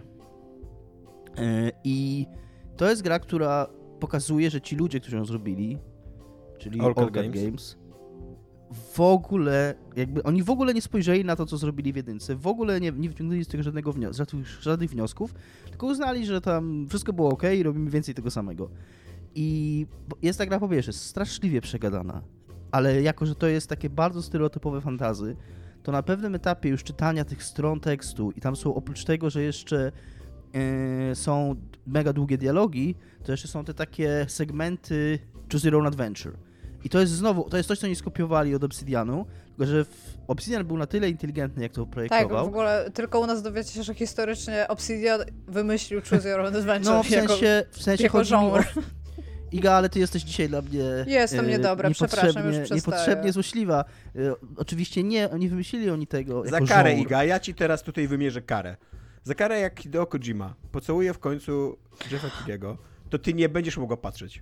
I to jest gra, która pokazuje, że ci ludzie, którzy ją zrobili, czyli All Cat Games, w ogóle, jakby oni w ogóle nie spojrzeli na to, co zrobili w 1, w ogóle nie wyciągnęli z tego żadnych wniosków, tylko uznali, że tam wszystko było ok i robimy więcej tego samego. I jest ta gra, po pierwsze, straszliwie przegadana, ale jako, że to jest takie bardzo stereotypowe fantasy, to na pewnym etapie już czytania tych stron tekstu i tam są oprócz tego, że jeszcze są mega długie dialogi, to jeszcze są te takie segmenty Choose Your Own Adventure. I to jest coś, co nie skopiowali od Obsidianu, tylko że Obsidian był na tyle inteligentny, jak to projektował. Tak, w ogóle tylko u nas dowiecie się, że historycznie Obsidian wymyślił Choose Your Own Adventure. No, w sensie chodzi mi o... Iga, ale ty jesteś dzisiaj dla mnie... Jestem niedobra, przepraszam, już przestaję. Niepotrzebnie złośliwa. Oczywiście nie wymyślili oni tego Za jako karę, żołr. Iga, ja ci teraz tutaj wymierzę karę. Za karę jak Hideo Kojima pocałuje w końcu Jeffa Keighley'ego, to ty nie będziesz mogła patrzeć.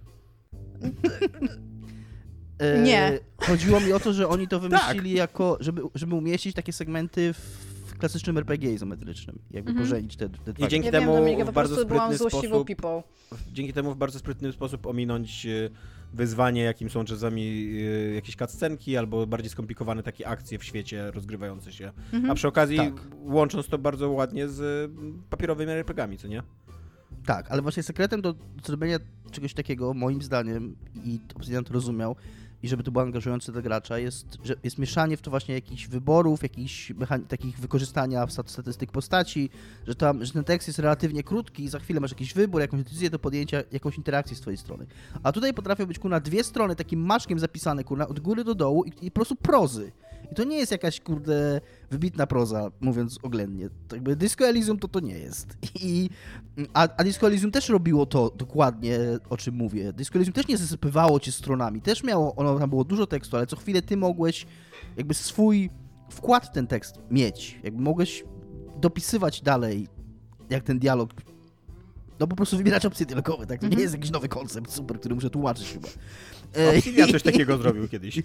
Nie. Chodziło mi o to, że oni to wymyślili jako, żeby umieścić takie segmenty w klasycznym RPG izometrycznym. Jakby pożenić te dwa. I dzięki Nie temu wiem, Dominika, w po bardzo prostu byłam sprytny złośliwą sposób... people. Dzięki temu w bardzo sprytny sposób ominąć wyzwanie, jakim są czasami jakieś cutscenki albo bardziej skomplikowane takie akcje w świecie rozgrywające się. A przy okazji Tak. łącząc to bardzo ładnie z papierowymi RPG-ami, co nie? Tak, ale właśnie sekretem do zrobienia czegoś takiego, moim zdaniem, i Obsidian to rozumiał, i żeby to było angażujące dla gracza, jest mieszanie w to właśnie jakichś wyborów, jakichś takich wykorzystania statystyk postaci, że ten tekst jest relatywnie krótki i za chwilę masz jakiś wybór, jakąś decyzję do podjęcia, jakąś interakcję z twojej strony. A tutaj potrafią być, 2 strony takim maszkiem zapisane, od góry do dołu i po prostu prozy. I to nie jest jakaś, kurde, wybitna proza, mówiąc oględnie. To jakby Disco Elysium to nie jest. A Disco Elysium też robiło to dokładnie, o czym mówię. Disco Elysium też nie zasypywało cię stronami. Też tam było dużo tekstu, ale co chwilę ty mogłeś jakby swój wkład w ten tekst mieć. Jakby mogłeś dopisywać dalej, jak ten dialog... No po prostu wybierać opcje dialogowe, tak? To nie jest jakiś nowy koncept, super, który muszę tłumaczyć chyba. Obsidian coś takiego zrobił kiedyś.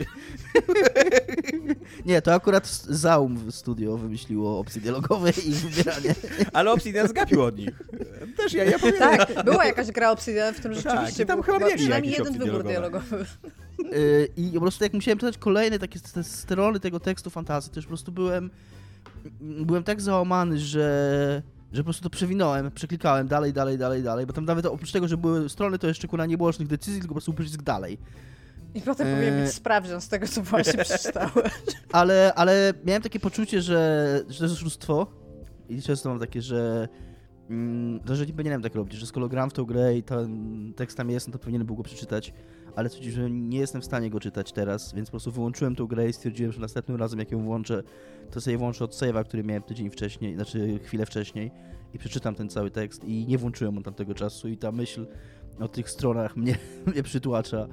Nie, to akurat Zaum Studio wymyśliło opcje dialogowe i wybieranie. Ale Obsidian zgapił od nich. Też ja powiem. Tak, była jakaś gra Obsidian, w tym rzeczywiście tam był chyba mieli przynajmniej jakieś jeden opcje wybór dialogowy. I po prostu jak musiałem czytać kolejne takie te strony tego tekstu fantasy, to już po prostu byłem tak załamany, że po prostu to przewinąłem, przeklikałem dalej, bo tam nawet oprócz tego, że były strony, to jeszcze kurwa nie było żadnych decyzji, tylko po prostu przycisk dalej. I potem powinien być sprawdzian z tego, co właśnie przeczytałeś. Ale miałem takie poczucie, że to jest oszustwo i często mam takie, że nie powinienem tak robić, że skoro gram w tą grę i ten tekst tam jest, no to powinienem był go przeczytać, ale stwierdziłem, że nie jestem w stanie go czytać teraz, więc po prostu wyłączyłem tą grę i stwierdziłem, że następnym razem jak ją włączę, to sobie włączę od save'a, który miałem tydzień wcześniej, znaczy chwilę wcześniej i przeczytam ten cały tekst i nie włączyłem od tamtego czasu i ta myśl o tych stronach mnie przytłacza.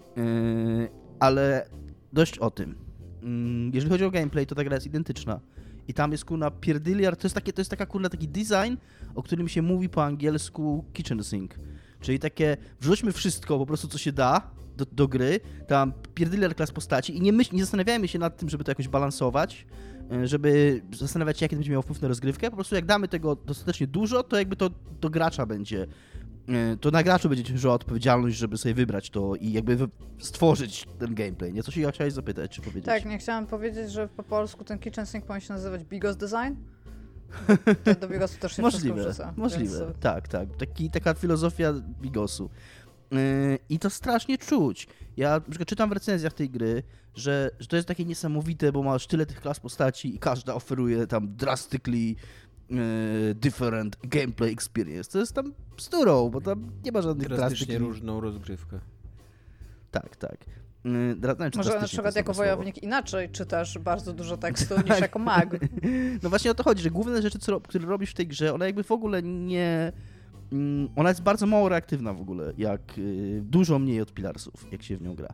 Ale dość o tym. Jeżeli chodzi o gameplay, to ta gra jest identyczna. I tam jest kurna pierdyliard, to jest taka kurna taki design, o którym się mówi po angielsku kitchen sink. Czyli takie wrzućmy wszystko po prostu co się da do gry, tam pierdyliard klas postaci i nie zastanawiajmy się nad tym, żeby to jakoś balansować, żeby zastanawiać się, jaki to będzie miało wpływ na rozgrywkę. Po prostu jak damy tego dostatecznie dużo, to jakby to do gracza będzie. To na graczu będzie ciężała odpowiedzialność, żeby sobie wybrać to i jakby stworzyć ten gameplay. Nie? Coś chciałeś zapytać, czy powiedzieć? Tak, nie chciałam powiedzieć, że po polsku ten kitchen sink powinien się nazywać Bigos Design. To do Bigosu też się możliwe, wszystko wrzuca. możliwe. Więc... Tak. Taka filozofia Bigosu. I to strasznie czuć. Ja na przykład czytam w recenzjach tej gry, że to jest takie niesamowite, bo masz tyle tych klas postaci i każda oferuje tam drastically different gameplay experience. To jest tam bzdurą, bo tam nie ma żadnych drastycznie różną rozgrywkę. Tak. Może na przykład jako wojownik inaczej czytasz bardzo dużo tekstu niż jako mag. No właśnie o to chodzi, że główne rzeczy, które robisz w tej grze, ona jakby w ogóle nie... Ona jest bardzo mało reaktywna w ogóle, dużo mniej od Pillarsów, jak się w nią gra.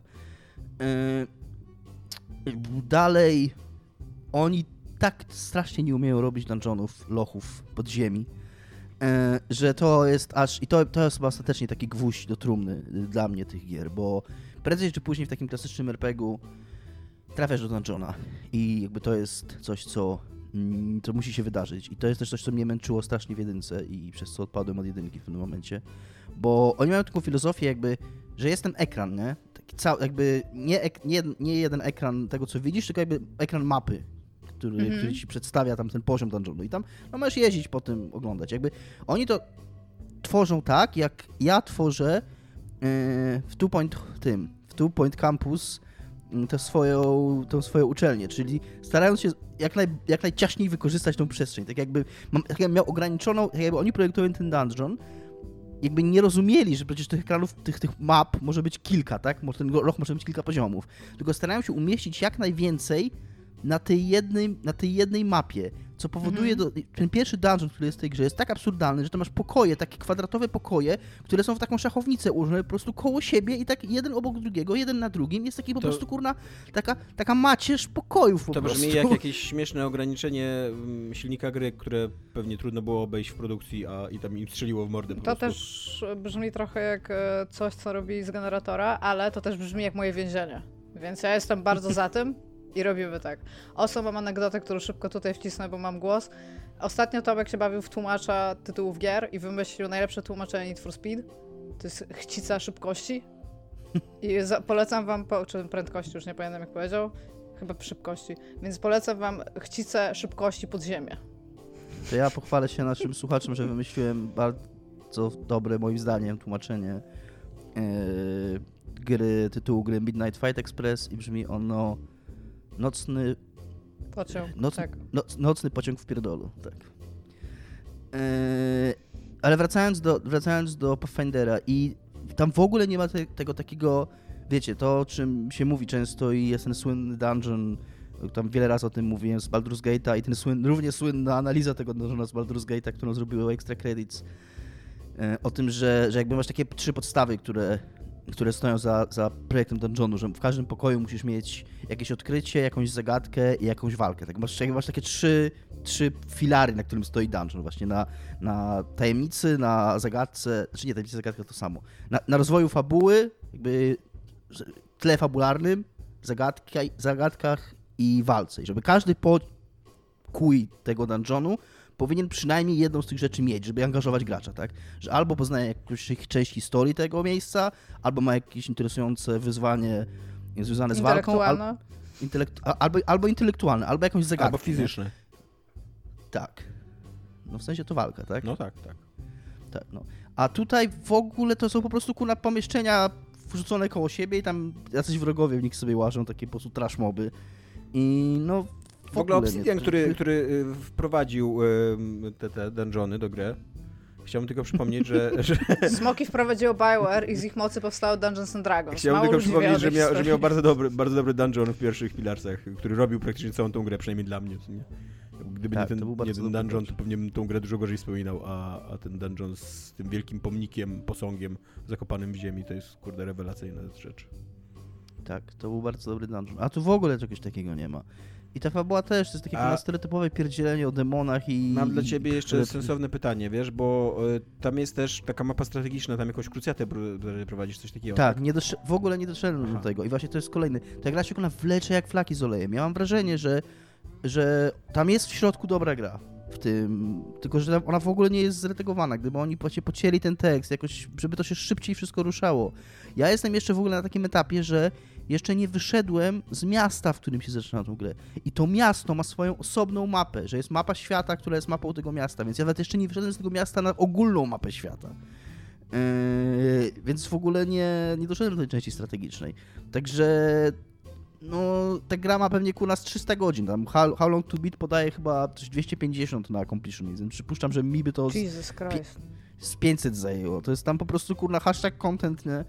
Dalej, oni tak strasznie nie umieją robić dungeonów, lochów, podziemi, że to jest to jest chyba ostatecznie taki gwóźdź do trumny dla mnie tych gier, bo prędzej czy później w takim klasycznym RPG-u trafiasz do dungeona i jakby to jest coś, co musi się wydarzyć. I to jest też coś, co mnie męczyło strasznie w jedynce i przez co odpadłem od jedynki w pewnym momencie. Bo oni mają taką filozofię jakby, że jest ten ekran, nie? Taki jakby nie jeden ekran tego, co widzisz, tylko jakby ekran mapy, który ci przedstawia tam ten poziom dungeonu. I tam możesz jeździć po tym, oglądać. Jakby oni to tworzą tak, jak ja tworzę w Two Point Campus tą swoją uczelnię, czyli starając się jak najciaśniej wykorzystać tą przestrzeń. Tak jakby miał ograniczoną, tak jakby oni projektują ten dungeon, jakby nie rozumieli, że przecież tych ekranów, tych map może być kilka, tak? Ten loch może mieć kilka poziomów. Tylko starają się umieścić jak najwięcej na tej jednej mapie, co powoduje, ten pierwszy dungeon, który jest w tej grze, jest tak absurdalny, że to masz pokoje, takie kwadratowe pokoje, które są w taką szachownicę ułożone po prostu koło siebie i tak jeden obok drugiego, jeden na drugim, jest taki po prostu kurna, taka macierz pokojów po prostu. To brzmi jak jakieś śmieszne ograniczenie silnika gry, które pewnie trudno było obejść w produkcji, i tam im strzeliło w mordę po prostu. To też brzmi trochę jak coś, co robi z generatora, ale to też brzmi jak moje więzienie. Więc ja jestem bardzo za tym. I robimy tak. Mam anegdotę, którą szybko tutaj wcisnę, bo mam głos. Ostatnio Tomek się bawił w tłumacza tytułów gier i wymyślił najlepsze tłumaczenie Need for Speed. To jest chcica szybkości. I polecam wam, czy prędkości, już nie pamiętam jak powiedział. Chyba szybkości. Więc polecam wam chcicę szybkości podziemia. To ja pochwalę się naszym słuchaczom, że wymyśliłem bardzo dobre, moim zdaniem, tłumaczenie tytułu gry Midnight Fight Express i brzmi ono Nocny pociąg, tak. Nocny pociąg w pierdolu, tak. Ale wracając do Pathfindera i tam w ogóle nie ma tego takiego, wiecie, to o czym się mówi często i jest ten słynny dungeon Tam wiele razy o tym mówiłem z Baldur's Gate'a i ten równie słynna analiza tego dungeona z Baldur's Gate'a, którą zrobiły Extra Credits. O tym, że jakby masz takie 3 podstawy, które stoją za projektem dungeonu, że w każdym pokoju musisz mieć jakieś odkrycie, jakąś zagadkę i jakąś walkę. Tak masz takie trzy filary, na którym stoi dungeon właśnie, na tajemnicy, na zagadce, znaczy nie, tajemnicy, zagadka to samo, na rozwoju fabuły, jakby tle fabularnym, zagadkach i walce. I żeby każdy pokój tego dungeonu powinien przynajmniej jedną z tych rzeczy mieć, żeby angażować gracza, tak? Że albo poznaje jakąś część historii tego miejsca, albo ma jakieś interesujące wyzwanie związane z walką, albo intelektualne, albo jakąś zagadkę. Albo fizyczne. Nie? Tak. No w sensie to walka, tak? No tak. Tak, no. A tutaj w ogóle to są po prostu pomieszczenia wrzucone koło siebie i tam jacyś wrogowie w nich sobie łażą, takie po prostu trash moby. I no... W ogóle Obsidian, który wprowadził te dungeony do gry, chciałbym tylko przypomnieć, że... Smoki wprowadziło BioWare i z ich mocy powstało Dungeons and Dragons. Chciałbym tylko przypomnieć, że miał bardzo dobry dungeon w pierwszych Pillarsach, który robił praktycznie całą tą grę, przynajmniej dla mnie. Nie? Gdyby tak, nie ten dungeon, to pewnie bym tą grę dużo gorzej wspominał, a ten dungeon z tym wielkim pomnikiem, posągiem zakopanym w ziemi, to jest, kurde, rewelacyjna rzecz. Tak, to był bardzo dobry dungeon. A tu w ogóle czegoś takiego nie ma. I ta fabuła też, to jest takie stereotypowe pierdzielenie o demonach i... Mam dla ciebie jeszcze sensowne pytanie, wiesz, bo tam jest też taka mapa strategiczna, tam jakąś krucjatę prowadzisz, coś takiego. Tak, w ogóle nie doszedłem do tego i właśnie to jest kolejny. Ta gra się wlecze jak flaki z olejem. Ja mam wrażenie, że tam jest w środku dobra gra w tym, tylko że ona w ogóle nie jest zretegowana. Gdyby oni właśnie pocięli ten tekst jakoś, żeby to się szybciej wszystko ruszało. Ja jestem jeszcze w ogóle na takim etapie, że jeszcze nie wyszedłem z miasta, w którym się zaczyna tą grę. I to miasto ma swoją osobną mapę, że jest mapa świata, która jest mapą tego miasta, więc ja nawet jeszcze nie wyszedłem z tego miasta na ogólną mapę świata. Więc w ogóle nie doszedłem do tej części strategicznej. Także no, ta gra ma pewnie z 300 godzin. Tam How Long to Beat podaje chyba coś 250 na completionizm. Przypuszczam, że mi by to z 500 zajęło. To jest tam po prostu hashtag content, nie?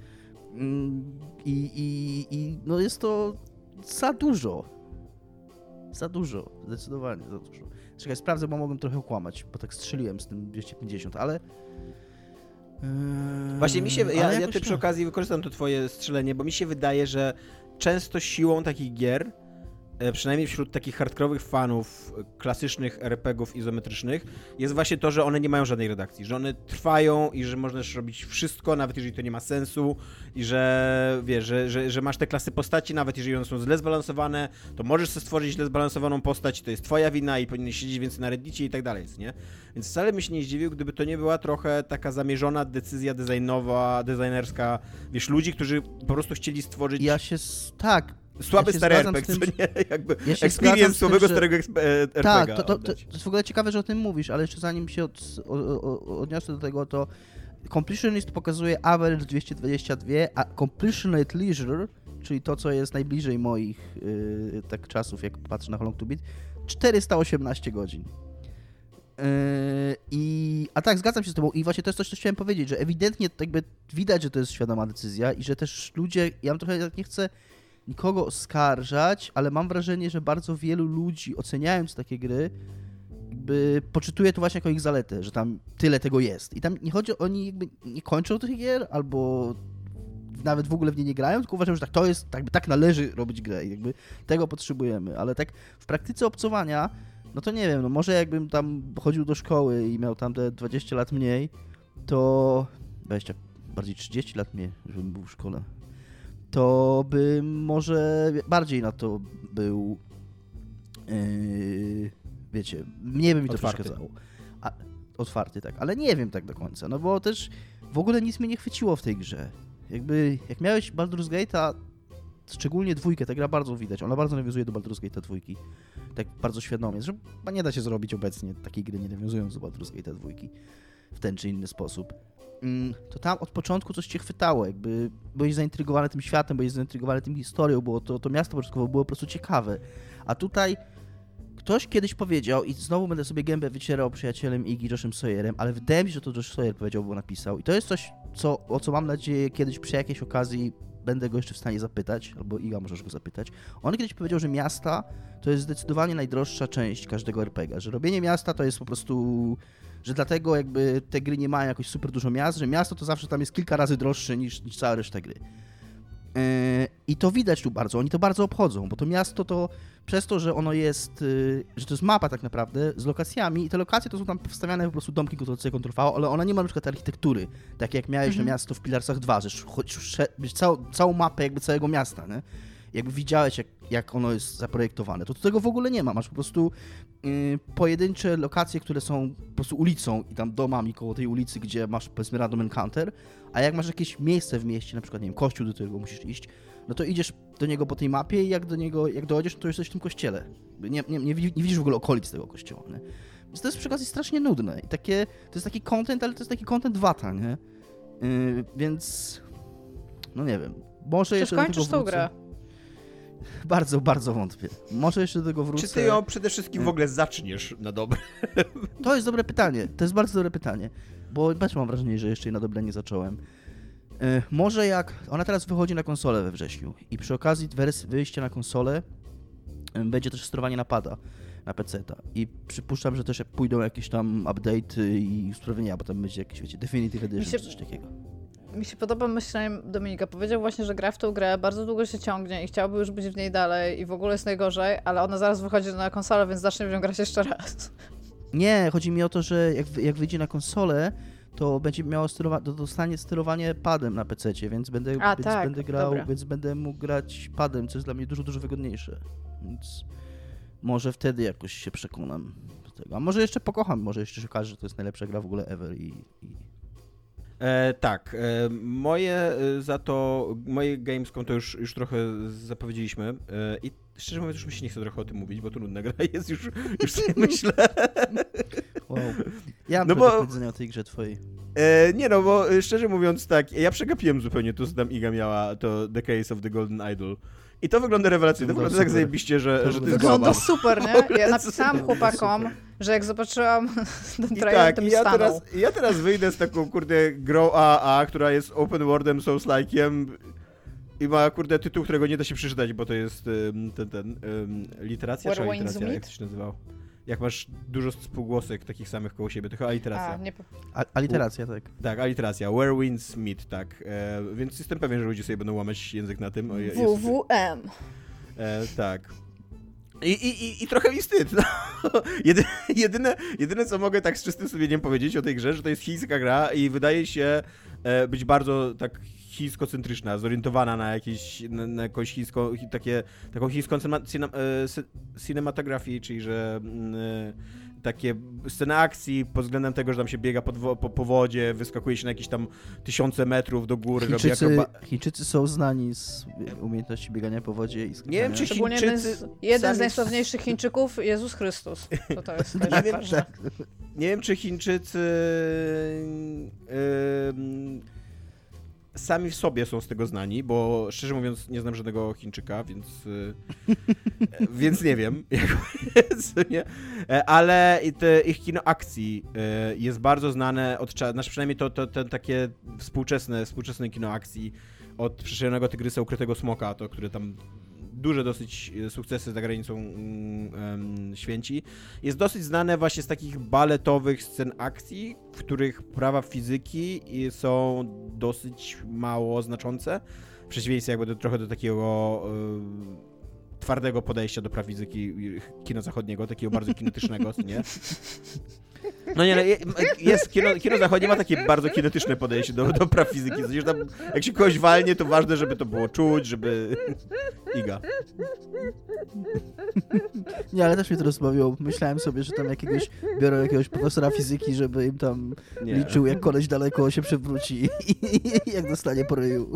I no jest to za dużo. Za dużo, zdecydowanie za dużo. Czekaj, sprawdzę, bo mogłem trochę okłamać, bo tak strzeliłem z tym 250, ale... Właśnie mi się... Ja przy okazji wykorzystam to twoje strzelenie, bo mi się wydaje, że często siłą takich gier, przynajmniej wśród takich hardkorowych fanów klasycznych RPG-ów izometrycznych, jest właśnie to, że one nie mają żadnej redakcji, że one trwają i że możesz robić wszystko, nawet jeżeli to nie ma sensu i że wiesz, że masz te klasy postaci, nawet jeżeli one są źle zbalansowane, to możesz sobie stworzyć źle zbalansowaną postać, to jest twoja wina i powinieneś siedzieć więcej na Reddicie i tak dalej, nie? Więc wcale bym się nie zdziwił, gdyby to nie była trochę taka zamierzona decyzja designerska, wiesz, ludzi, którzy po prostu chcieli stworzyć... Słaby stary RPG, co nie? Jakby experience słabego starego RPG. Tak, to jest w ogóle ciekawe, że o tym mówisz, ale jeszcze zanim się odniosę do tego, to Completionist pokazuje average 222, a Completionate Leisure, czyli to, co jest najbliżej moich tak czasów, jak patrzę na How Long to Beat, 418 godzin. A tak, zgadzam się z tobą i właśnie to jest coś, co chciałem powiedzieć, że ewidentnie jakby widać, że to jest świadoma decyzja i że też ludzie, ja trochę nie chcę nikogo oskarżać, ale mam wrażenie, że bardzo wielu ludzi, oceniając takie gry, jakby poczytuje to właśnie jako ich zaletę, że tam tyle tego jest. I tam nie chodzi, oni jakby nie kończą tych gier, albo nawet w ogóle w nie nie grają, tylko uważają, że to jest, tak należy robić grę i jakby tego potrzebujemy. Ale tak w praktyce obcowania, no to nie wiem, no może jakbym tam chodził do szkoły i miał tam te 20 lat mniej, to 20, bardziej 30 lat mniej, żebym był w szkole, to bym może bardziej na to był, wiecie, mniej by mi to przeszkadzało. Otwarty, tak, ale nie wiem tak do końca, no bo też w ogóle nic mnie nie chwyciło w tej grze. Jakby, jak miałeś Baldur's Gate'a, szczególnie 2, ta gra bardzo widać, ona bardzo nawiązuje do Baldur's Gate'a 2, tak bardzo świadomie, że nie da się zrobić obecnie takiej gry, nie nawiązując do Baldur's Gate'a 2 w ten czy inny sposób. To tam od początku coś cię chwytało, jakby byłeś zaintrygowany tym światem, byłeś zaintrygowany tym historią, było to miasto początkowo było po prostu ciekawe. A tutaj ktoś kiedyś powiedział, i znowu będę sobie gębę wycierał przyjacielem Iggy, Joshem Sawyerem, ale wydaje mi się, że to Josh Sawyer powiedział, bo napisał. I to jest coś, o co mam nadzieję kiedyś przy jakiejś okazji będę go jeszcze w stanie zapytać, albo Iga możesz go zapytać. On kiedyś powiedział, że miasta to jest zdecydowanie najdroższa część każdego RPG, że robienie miasta to jest po prostu, że dlatego jakby te gry nie mają jakoś super dużo miast, że miasto to zawsze tam jest kilka razy droższe niż cała reszta gry. I to widać tu bardzo, oni to bardzo obchodzą, bo to miasto to przez to, że ono jest, że to jest mapa tak naprawdę z lokacjami i te lokacje to są tam wstawiane po prostu domki, które sobie kontrolowało, ale ona nie ma na przykład architektury, tak jak miałeś to miasto w Pillarsach 2, że całą mapę jakby całego miasta, nie? Jakby widziałeś jak ono jest zaprojektowane, to tego w ogóle nie ma, masz po prostu pojedyncze lokacje, które są po prostu ulicą i tam domami koło tej ulicy, gdzie masz powiedzmy random encounter, a jak masz jakieś miejsce w mieście, na przykład nie wiem, kościół, do którego musisz iść, no to idziesz do niego po tej mapie i jak dojdziesz, to jesteś w tym kościele. Nie widzisz w ogóle okolic tego kościoła, nie? Więc to jest przy okazji strasznie nudne i to jest taki content, ale to jest taki content wata, nie? Więc no nie wiem, może jeszcze do tego wrócę. Tą grę? Bardzo, bardzo wątpię. Może jeszcze do tego wrócę. Czy ty ją przede wszystkim w ogóle zaczniesz na dobre? To jest dobre pytanie. To jest bardzo dobre pytanie. Bo też mam wrażenie, że jeszcze jej na dobre nie zacząłem. Może jak... Ona teraz wychodzi na konsolę we wrześniu i przy okazji wyjścia na konsolę będzie też sterowanie napada na PC-ta. I przypuszczam, że też pójdą jakieś tam update'y i usprawnienia, bo tam będzie jakieś, wiecie, Definitive Edition czy coś takiego. Mi się podoba myślenie Dominika. Powiedział właśnie, że gra w tą grę bardzo długo się ciągnie i chciałby już być w niej dalej i w ogóle jest najgorzej, ale ona zaraz wychodzi na konsolę, więc zacznie w nią grać jeszcze raz. Nie, chodzi mi o to, że jak wyjdzie na konsolę, to będzie miało dostanie sterowanie padem na PC-cie, więc będę mógł grać padem, co jest dla mnie dużo, dużo wygodniejsze. Więc może wtedy jakoś się przekonam do tego. A może jeszcze pokocham, może jeszcze się okaże, że to jest najlepsza gra w ogóle ever Tak, moje Gamescom to już trochę zapowiedzieliśmy i szczerze mówiąc już mi się nie chce trochę o tym mówić, bo to nudna gra jest, już sobie myślę. Wow. Ja mam do powiedzenia o tej grze twojej. Nie no, bo szczerze mówiąc tak, ja przegapiłem zupełnie to, co tam Iga miała, to The Case of the Golden Idol. I to wygląda rewelacyjnie, to wygląda tak zajebiście, że to jest wygląda super, nie? Ja napisałam chłopakom, że jak zobaczyłam ten trailer, to mi stanął. Ja teraz wyjdę z taką, kurde, grą AAA, która jest open worldem, Souls-like'iem i ma, kurde, tytuł, którego nie da się przeczytać, bo to jest literacja, czy aliteracja, jak to się nazywało? Jak masz dużo spółgłosek takich samych koło siebie, to chyba aliteracja. Aliteracja, tak. Tak, aliteracja. Where winds meet, tak. Więc jestem pewien, że ludzie sobie będą łamać język na tym. WWM. Tak. I trochę mi wstyd. No. Jedyne, co mogę tak z czystym sumieniem powiedzieć o tej grze, że to jest chińska gra i wydaje się być bardzo tak chińskocentryczna, zorientowana na jakąś taką chińską cinematografię, czyli że takie sceny akcji pod względem tego, że tam się biega po wodzie, wyskakuje się na jakieś tam 1000 metrów do góry. Chińczycy są znani z umiejętności biegania po wodzie i skakania. Nie wiem, czy Chińczycy... Jeden z najsławniejszych Chińczyków, Jezus Chrystus. To jest ważne. Nie wiem, czy Chińczycy sami w sobie są z tego znani, bo szczerze mówiąc nie znam żadnego Chińczyka, więc nie wiem, nie? Ale ich kino akcji jest bardzo znane przynajmniej to takie współczesne kino akcji od Przeszyjonego Tygrysa, Ukrytego Smoka, to które tam duże dosyć sukcesy za granicą święci. Jest dosyć znane właśnie z takich baletowych scen akcji, w których prawa fizyki są dosyć mało znaczące. W przeciwieństwie jakby trochę do takiego twardego podejścia do praw fizyki kina zachodniego, takiego bardzo kinetycznego, nie? No nie, jest kino zachodnie ma takie bardzo kinetyczne podejście do praw fizyki. Znaczy, tam, jak się kogoś walnie, to ważne, żeby to było czuć, żeby... Iga. Nie, ale też mnie to rozbawiło. Myślałem sobie, że tam biorą jakiegoś profesora fizyki, żeby im tam liczył, jak koleś daleko się przewróci i jak dostanie po ryju.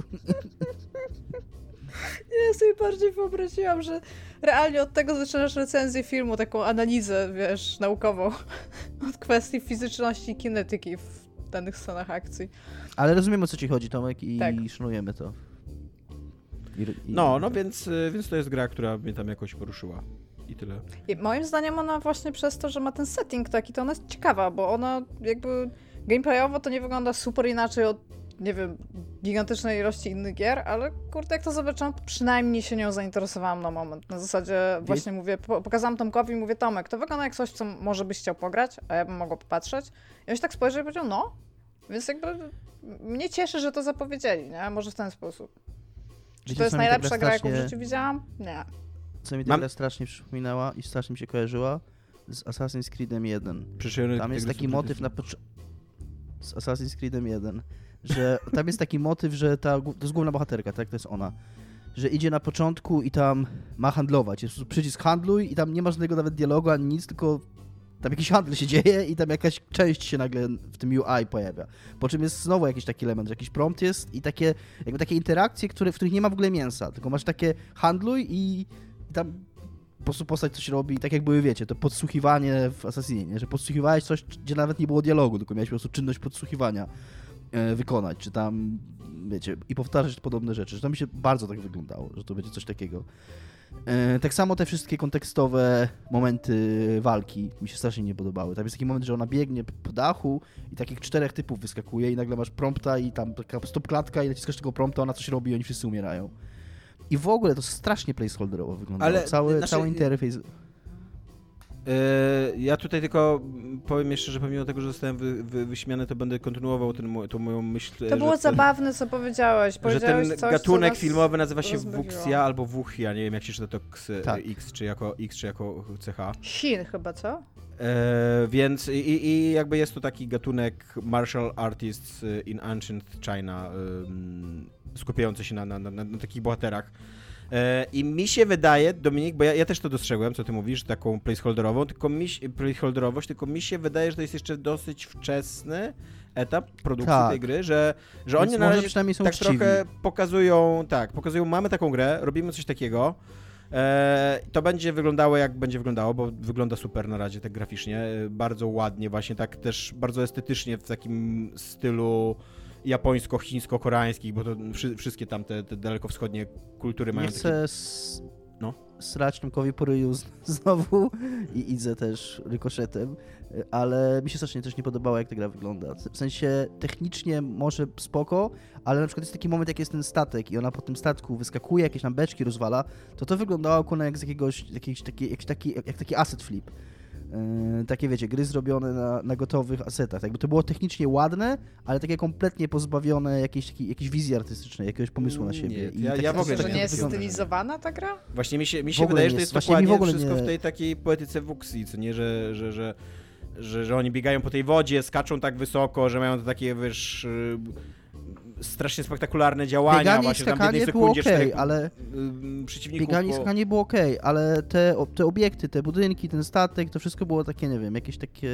Ja sobie bardziej wyobraziłam, że realnie od tego zaczynasz recenzję filmu, taką analizę, wiesz, naukową od kwestii fizyczności i kinetyki w danych scenach akcji. Ale rozumiemy, o co ci chodzi, Tomek, i tak. Szanujemy to. Więc to jest gra, która mnie tam jakoś poruszyła. I tyle. I moim zdaniem ona właśnie przez to, że ma ten setting taki, to ona jest ciekawa, bo ona jakby gameplayowo to nie wygląda super inaczej od nie wiem, gigantycznej ilości innych gier, ale kurde, jak to zobaczyłam, to przynajmniej się nią zainteresowałam na moment. Na zasadzie właśnie mówię, pokazałam Tomkowi i mówię, Tomek, to wygląda jak coś, co może byś chciał pograć, a ja bym mogła popatrzeć. I on się tak spojrzał i powiedział, no. Więc jakby mnie cieszy, że to zapowiedzieli, nie? Może w ten sposób. Czy to jest najlepsza gra, jaką w życiu widziałam? Nie. Co mi ta gra strasznie przypominała i strasznie mi się kojarzyła z Assassin's Creedem 1. Tam jest taki motyw z Assassin's Creedem 1, że tam jest taki motyw, że to jest główna bohaterka, tak? To jest ona. Że idzie na początku i tam ma handlować. Jest przycisk handluj i tam nie ma żadnego nawet dialogu ani nic, tylko tam jakiś handel się dzieje i tam jakaś część się nagle w tym UI pojawia. Po czym jest znowu jakiś taki element, że jakiś prompt jest i takie interakcje, w których nie ma w ogóle mięsa, tylko masz takie handluj i tam po prostu postać coś robi i tak jak były, wiecie, to podsłuchiwanie w Assassinie, nie? Że podsłuchiwałeś coś, gdzie nawet nie było dialogu, tylko miałeś po prostu czynność podsłuchiwania wykonać, czy tam, wiecie, i powtarzać podobne rzeczy, że to mi się bardzo tak wyglądało, że to będzie coś takiego. Tak samo te wszystkie kontekstowe momenty walki mi się strasznie nie podobały. Tam jest taki moment, że ona biegnie po dachu i takich 4 typów wyskakuje i nagle masz prompta i tam taka stopklatka i naciskasz tego prompta, ona coś robi i oni wszyscy umierają. I w ogóle to strasznie placeholderowo wyglądało. Ale cały interfejs. Ja tutaj tylko powiem jeszcze, że pomimo tego, że zostałem wyśmiany, to będę kontynuował tą moją myśl. To było zabawne, co powiedziałeś. Że ten coś, gatunek filmowy nazywa się Wuxia albo Wuchia, nie wiem jak się czyta to tak. X czy jako CH. Xin chyba, co? Więc jakby jest to taki gatunek martial artists in ancient China, skupiający się na takich bohaterach. I mi się wydaje, Dominik, bo ja też to dostrzegłem, co ty mówisz, taką placeholderowość, tylko mi się wydaje, że to jest jeszcze dosyć wczesny etap produkcji tej gry, że oni na razie tak trochę pokazują, mamy taką grę, robimy coś takiego, to będzie wyglądało jak będzie wyglądało, bo wygląda super na razie tak graficznie, bardzo ładnie właśnie, tak też bardzo estetycznie w takim stylu japońsko-chińsko-koreańskich, bo to wszystkie tam te dalekowschodnie kultury mają takie... Nie chcę srać Tomkowi po ryju znowu i idę też rykoszetem, ale mi się strasznie też nie podobało, jak ta gra wygląda. W sensie technicznie może spoko, ale na przykład jest taki moment, jak jest ten statek i ona po tym statku wyskakuje, jakieś tam beczki rozwala, to wyglądało jak z taki asset flip. Takie, wiecie, gry zrobione na gotowych asetach. Jakby to było technicznie ładne, ale takie kompletnie pozbawione jakiejś wizji artystycznej, jakiegoś pomysłu na siebie. Ja w ogóle, że nie jest stylizowana ta gra? Właśnie mi się wydaje, że to jest dokładnie wszystko w tej takiej poetyce Wuxii, co nie, że oni biegają po tej wodzie, skaczą tak wysoko, że mają to takie, wiesz... strasznie spektakularne działania. Bieganie i skakanie było okej, ale przeciwników... Bieganie i skakanie było okej, ale te obiekty, te budynki, ten statek, to wszystko było takie, nie wiem, jakieś takie...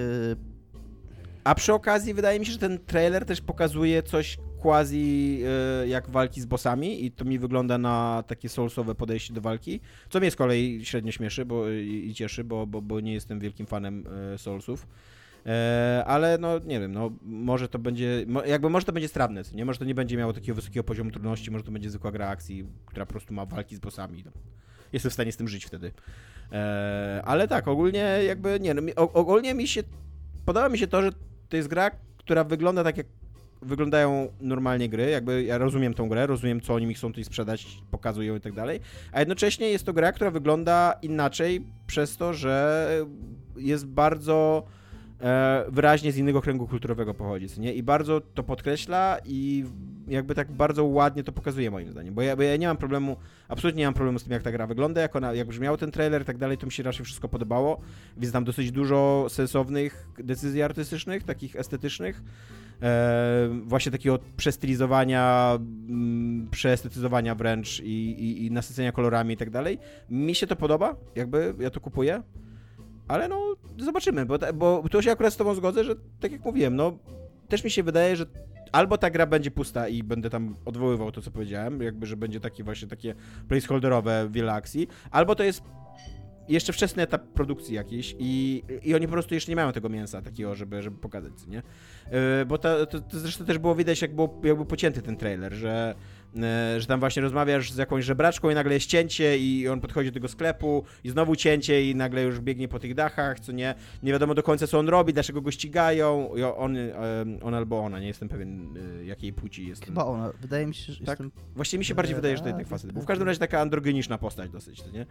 A przy okazji wydaje mi się, że ten trailer też pokazuje coś quasi jak walki z bossami i to mi wygląda na takie soulsowe podejście do walki, co mnie z kolei średnio śmieszy i cieszy, bo nie jestem wielkim fanem soulsów. Ale no nie wiem, no może to będzie strawne, nie? Może to nie będzie miało takiego wysokiego poziomu trudności, może to będzie zwykła gra akcji, która po prostu ma walki z bossami. Jestem w stanie z tym żyć wtedy. Ale tak, ogólnie jakby nie, no, ogólnie podoba mi się to, że to jest gra, która wygląda tak jak wyglądają normalnie gry, jakby ja rozumiem tą grę, rozumiem co oni mi chcą tutaj sprzedać, pokazują i tak dalej, a jednocześnie jest to gra, która wygląda inaczej przez to, że jest bardzo wyraźnie z innego kręgu kulturowego pochodzi, nie? I bardzo to podkreśla i jakby tak bardzo ładnie to pokazuje moim zdaniem, bo ja nie mam problemu, absolutnie nie mam problemu z tym, jak ta gra wygląda, jak brzmiał ten trailer i tak dalej, to mi się raczej wszystko podobało, więc tam dosyć dużo sensownych decyzji artystycznych, takich estetycznych, właśnie takiego przestylizowania, przeestetyzowania wręcz i nasycenia kolorami i tak dalej. Mi się to podoba, jakby ja to kupuję. Ale no, zobaczymy, bo tu się akurat z tobą zgodzę, że tak jak mówiłem, no też mi się wydaje, że albo ta gra będzie pusta i będę tam odwoływał to, co powiedziałem, jakby, że będzie takie placeholderowe wiele akcji, albo to jest jeszcze wczesny etap produkcji jakiejś i oni po prostu jeszcze nie mają tego mięsa takiego, żeby pokazać, nie? Bo to zresztą też było widać, jak był pocięty ten trailer, że że tam właśnie rozmawiasz z jakąś żebraczką i nagle jest cięcie i on podchodzi do tego sklepu i znowu cięcie i nagle już biegnie po tych dachach, co nie wiadomo do końca co on robi, dlaczego go ścigają, i on albo ona, nie jestem pewien jakiej płci jest. Chyba ona, wydaje mi się, że tak? jestem... Właściwie mi się bardziej wydaje, że to jednak facet, bo w każdym razie taka androgeniczna postać dosyć, to nie?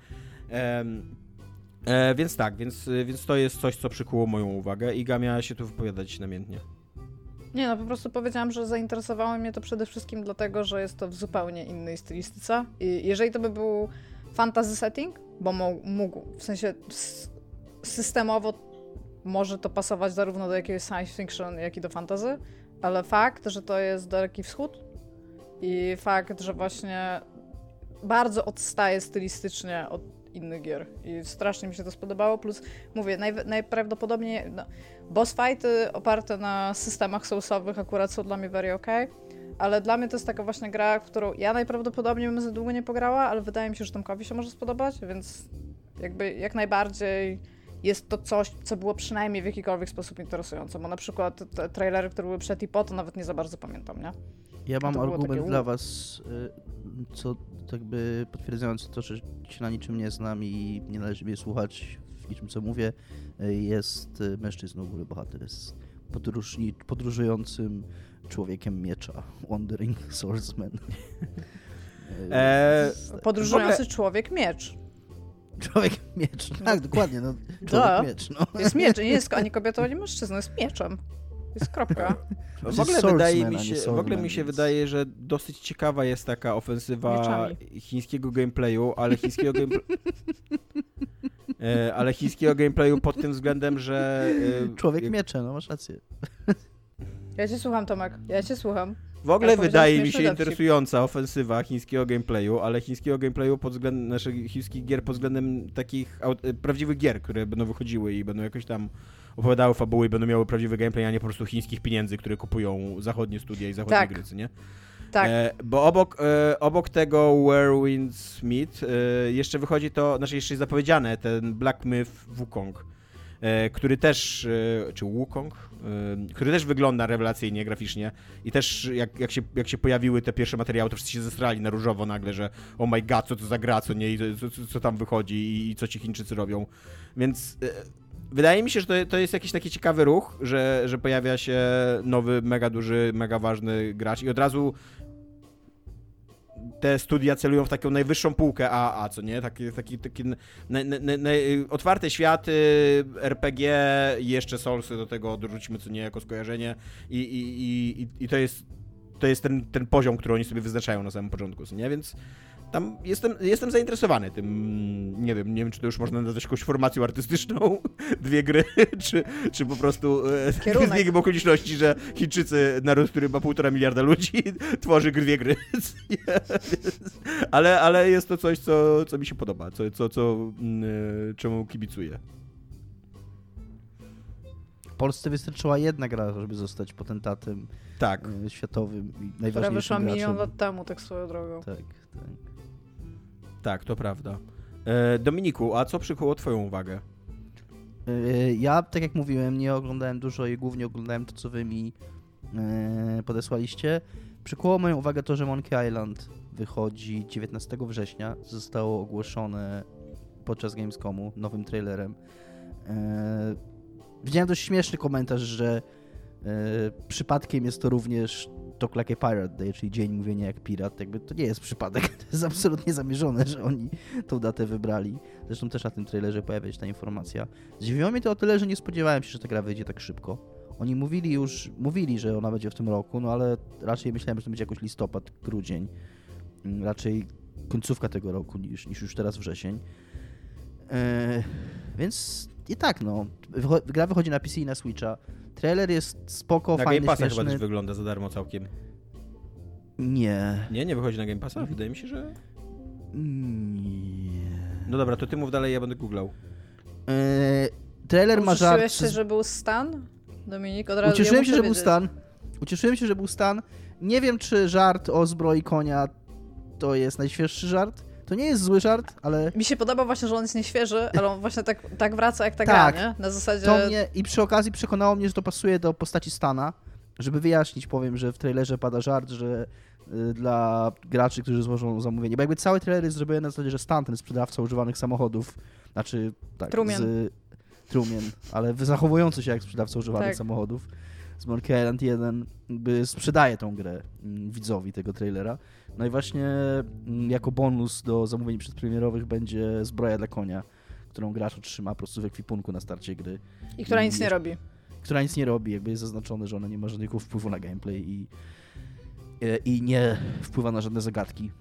Więc tak, więc to jest coś, co przykuło moją uwagę. Iga miała się tu wypowiadać namiętnie. Nie no, po prostu powiedziałam, że zainteresowało mnie to przede wszystkim dlatego, że jest to w zupełnie innej stylistyce. I jeżeli to by był fantasy setting, bo mógł, w sensie systemowo może to pasować zarówno do jakiegoś science fiction, jak i do fantasy, ale fakt, że to jest Daleki Wschód i fakt, że właśnie bardzo odstaje stylistycznie od innych gier i strasznie mi się to spodobało, plus mówię, najprawdopodobniej boss fighty oparte na systemach soulsowych akurat są dla mnie very okej, ale dla mnie to jest taka właśnie gra, w którą ja najprawdopodobniej bym za długo nie pograła, ale wydaje mi się, że Tomkowi się może spodobać, więc jakby jak najbardziej jest to coś, co było przynajmniej w jakikolwiek sposób interesujące, bo na przykład te trailery, które były przed i po, to nawet nie za bardzo pamiętam, nie? Ja mam argument takie dla was, co jakby potwierdzając to, że się na niczym nie znam i nie należy mnie słuchać w niczym, co mówię, jest mężczyzną, który bohater jest podróżującym człowiekiem miecza, Wandering Swordsman. Podróżujący człowiek miecz. Człowiek miecz, tak, dokładnie, no, człowiek miecz. No. Jest miecz, nie jest ani kobietą, ani mężczyzną, jest mieczem. Jest kropka. W ogóle mi się wydaje, że dosyć ciekawa jest taka ofensywa Mieczami. chińskiego gameplayu, ale chińskiego gameplayu pod tym względem, że... Człowiek miecze, no masz rację. Ja cię słucham, Tomek, ja cię słucham. W ogóle wydaje mi się dowcip. interesująca ofensywa chińskiego gameplayu, ale chińskiego gameplayu chińskich gier pod względem takich prawdziwych gier, które będą wychodziły i będą jakoś tam opowiadały fabuły i będą miały prawdziwy gameplay, a nie po prostu chińskich pieniędzy, które kupują zachodnie studia i zachodnie gry, nie? Tak. Bo obok tego Where Winds Meet jeszcze wychodzi to, jeszcze jest zapowiedziane, ten Black Myth Wukong, który też, czy Wukong, który też wygląda rewelacyjnie graficznie i też jak się pojawiły te pierwsze materiały, to wszyscy się zesrali na różowo nagle, że oh my god, co to za gra, co nie, i co tam wychodzi i co ci Chińczycy robią, więc wydaje mi się, że to jest jakiś taki ciekawy ruch, że pojawia się nowy, mega duży, mega ważny gracz i od razu te studia celują w taką najwyższą półkę AAA, co nie? Takie otwarte światy, RPG i jeszcze Soulsy do tego dorzucimy, co nie, jako skojarzenie i to jest ten poziom, który oni sobie wyznaczają na samym początku, co nie? Więc tam jestem zainteresowany tym, nie wiem, czy to już można nazwać jakąś formacją artystyczną, dwie gry, czy po prostu zbiegiem okoliczności, że Chińczycy, naród, który ma 1,5 miliarda ludzi, tworzy dwie gry. ale jest to coś, co mi się podoba, czemu kibicuję. Polsce wystarczyła jedna gra, żeby zostać potentatem światowym i najważniejszym która wyszła graczem. 1 000 000 lat temu, tak swoją drogą. Tak, to prawda. Dominiku, a co przykuło twoją uwagę? Ja, tak jak mówiłem, nie oglądałem dużo i głównie oglądałem to, co wy mi podesłaliście. Przykuło moją uwagę to, że Monkey Island wychodzi 19 września. Zostało ogłoszone podczas Gamescomu nowym trailerem. Widziałem dość śmieszny komentarz, że przypadkiem jest to również Talk Like a Pirate Day, czyli dzień mówienia jak pirat. Jakby to nie jest przypadek, to jest absolutnie zamierzone, że oni tą datę wybrali. Zresztą też na tym trailerze pojawia się ta informacja. Zdziwiło mnie to o tyle, że nie spodziewałem się, że ta gra wyjdzie tak szybko. Oni mówili, że ona będzie w tym roku, no ale raczej myślałem, że to będzie jakoś listopad, grudzień. Raczej końcówka tego roku niż już teraz wrzesień. Więc i tak, no. Gra wychodzi na PC i na Switcha. Trailer jest spoko, na fajny, Game Passa śmieszny. chyba też wygląda za darmo całkiem. Nie. Nie wychodzi na Game Passa? Wydaje mi się, że... Nie. No dobra, to ty mów dalej, ja będę googlał. Trailer ma żart... Ucieszyłeś się, że był stan? Dominik, od razu Ucieszyłem się, że był stan. Nie wiem, czy żart o zbroi konia to jest najświeższy żart. To nie jest zły żart, ale... Mi się podoba właśnie, że on jest nieświeży, ale on właśnie tak wraca jak ta gra, nie? Na zasadzie... To mnie i przy okazji przekonało mnie, że to pasuje do postaci Stana. Żeby wyjaśnić, powiem, że w trailerze pada żart, że dla graczy, którzy złożą zamówienie. Bo jakby cały trailer jest zrobiony na zasadzie, że Stan, ten sprzedawca używanych samochodów, znaczy tak, Trumien, ale zachowujący się jak sprzedawca używanych samochodów z Monkey Island 1 jakby sprzedaje tą grę widzowi tego trailera. No i właśnie jako bonus do zamówień przedpremierowych będzie zbroja dla konia, którą gracz otrzyma po prostu w ekwipunku na starcie gry. I która nic nie robi. Która nic nie robi, jakby jest zaznaczone, że ona nie ma żadnego wpływu na gameplay i nie wpływa na żadne zagadki.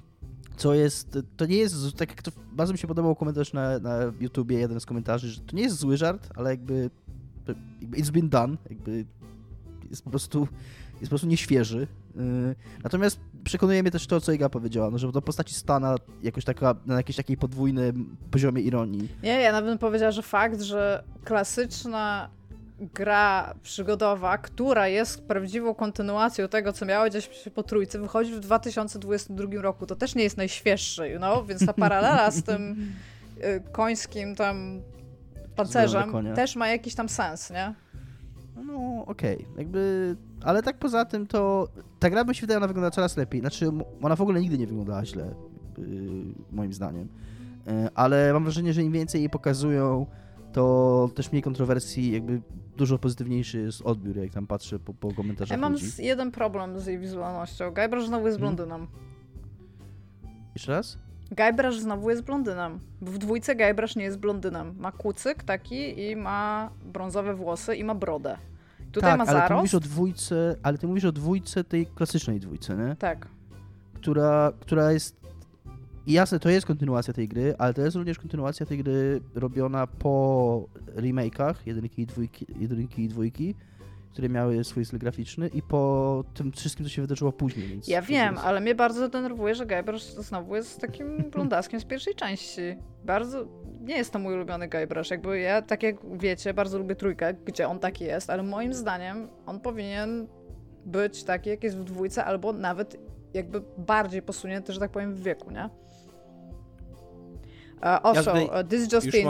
To nie jest, tak jak to bardzo mi się podobał komentarz na YouTubie, jeden z komentarzy, że to nie jest zły żart, ale jakby it's been done, jakby jest po prostu nieświeży. Natomiast przekonuje mnie też to, co Iga powiedziała, no, że do postaci Stana na jakiejś takiej podwójnym poziomie ironii. Nie, ja nawet bym powiedziała, że fakt, że klasyczna gra przygodowa, która jest prawdziwą kontynuacją tego, co miało dziać się po trójce, wychodzi w 2022 roku. To też nie jest najświeższy, więc ta paralela z tym końskim tam pancerzem też ma jakiś tam sens, nie? No okej, jakby, ale tak poza tym to ta gra mi się wydaje, ona wygląda coraz lepiej, znaczy ona w ogóle nigdy nie wyglądała źle, moim zdaniem, ale mam wrażenie, że im więcej jej pokazują, to też mniej kontrowersji, jakby dużo pozytywniejszy jest odbiór, jak tam patrzę po komentarzach mam ludzi. jeden problem z jej wizualnością. Guybrush znowu jest blondynem. Jeszcze raz? Guybrush znowu jest blondynem. Bo w dwójce Guybrush nie jest blondynem. Ma kucyk taki i ma brązowe włosy i ma brodę. Tutaj tak, ma zarost. Ale ty mówisz o dwójce, tej klasycznej dwójce, nie? Tak. Która jest... I jasne, to jest kontynuacja tej gry, ale to jest również kontynuacja tej gry robiona po remake'ach jedynki i dwójki, które miały swój styl graficzny i po tym wszystkim, co się wydarzyło później. Więc ja wiem, ale mnie bardzo denerwuje, że Guybrush znowu jest takim blondaskiem z pierwszej części. Nie jest to mój ulubiony Guybrush. Jakby ja, tak jak wiecie, bardzo lubię trójkę, gdzie on taki jest, ale moim zdaniem on powinien być taki, jak jest w dwójce, albo nawet jakby bardziej posunięty, że tak powiem, w wieku, nie? This is Justin.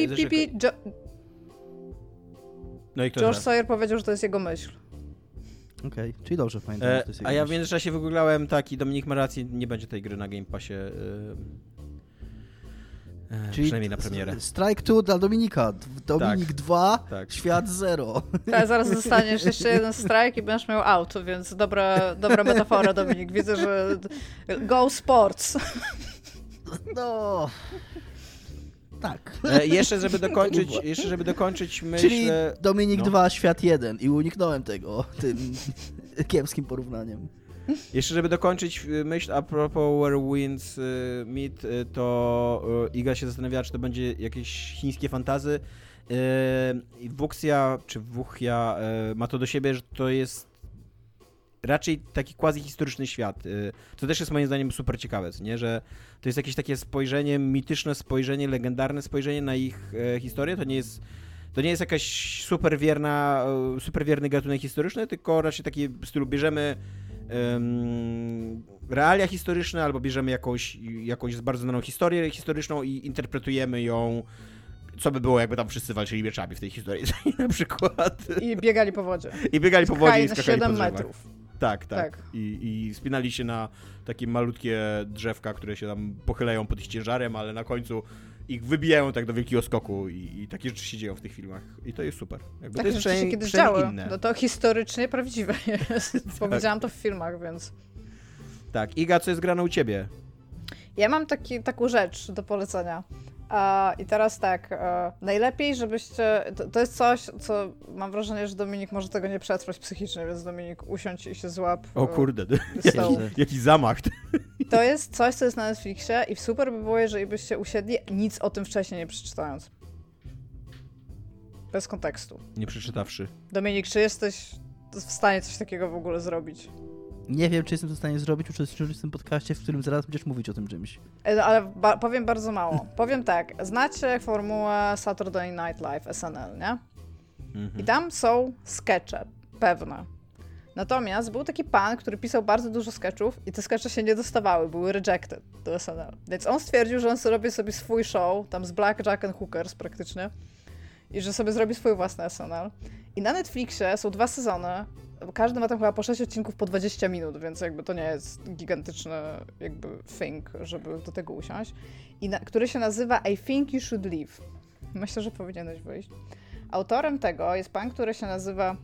No i kto George Sawyer powiedział, że to jest jego myśl. Okej, czyli dobrze pamiętam, że to jest jego A ja w myśl. międzyczasie wygooglałem i Dominik ma rację, nie będzie tej gry na Game Passie. Czyli przynajmniej na premierę. Strike 2 dla Dominika. Dominik 2, świat 0. Tak, zaraz dostaniesz jeszcze jeden strike i będziesz miał out, więc dobra metafora, Dominik. Widzę, że go sports. No... Tak. Jeszcze żeby dokończyć myśl... Czyli Dominik 2, świat 1 i uniknąłem tego tym kiepskim porównaniem. Jeszcze żeby dokończyć myśl a propos Where Winds Meet, to Iga się zastanawiała, czy to będzie jakieś chińskie fantazy. Wuxia czy Wuchia ma to do siebie, że to jest raczej taki quasi-historyczny świat. To też jest moim zdaniem super ciekawe, nie? Że to jest jakieś takie spojrzenie, mityczne spojrzenie, legendarne spojrzenie na ich historię. To nie jest jakaś super wierny gatunek historyczny, tylko raczej taki w stylu bierzemy realia historyczne albo bierzemy jakąś bardzo znaną historię historyczną i interpretujemy ją, co by było, jakby tam wszyscy walczyli mieczami w tej historii, na przykład. I biegali po wodzie. I skakali na 7 metrów. Tak. I spinali się na takie malutkie drzewka, które się tam pochylają pod ich ciężarem, ale na końcu ich wybijają tak do wielkiego skoku i takie rzeczy się dzieją w tych filmach. I to jest super. Jakby takie to jest rzeczy się kiedyś działy. No to historycznie prawdziwe jest. Bo widziałam to w filmach, więc... Tak. Iga, co jest grane u ciebie? Ja mam taką rzecz do polecenia. I teraz tak, najlepiej, żebyście... To jest coś, co mam wrażenie, że Dominik może tego nie przetrwać psychicznie, więc Dominik, usiądź i się złap. O kurde, stołu. jaki zamach. To jest coś, co jest na Netflixie i super by było, jeżeli byście usiedli, nic o tym wcześniej nie przeczytając. Bez kontekstu. Nie przeczytawszy. Dominik, czy jesteś w stanie coś takiego w ogóle zrobić? Nie wiem, czy jestem w stanie zrobić, uczestniczyć w tym podcaście, w którym zaraz będziesz mówić o tym czymś. Ale powiem bardzo mało. Powiem tak, znacie formułę Saturday Night Live, SNL, nie? I tam są skecze, pewne. Natomiast był taki pan, który pisał bardzo dużo sketchów i te skecze się nie dostawały, były rejected do SNL. Więc on stwierdził, że on robi sobie swój show, tam z Blackjack and Hookers praktycznie, i że sobie zrobi swój własny SNL. I na Netflixie są 2 sezony każdy ma tam chyba po 6 odcinków po 20 minut, więc jakby to nie jest gigantyczny jakby thing, żeby do tego usiąść. Który się nazywa I Think You Should Leave. Myślę, że powinieneś wyjść. Autorem tego jest pan, który się nazywa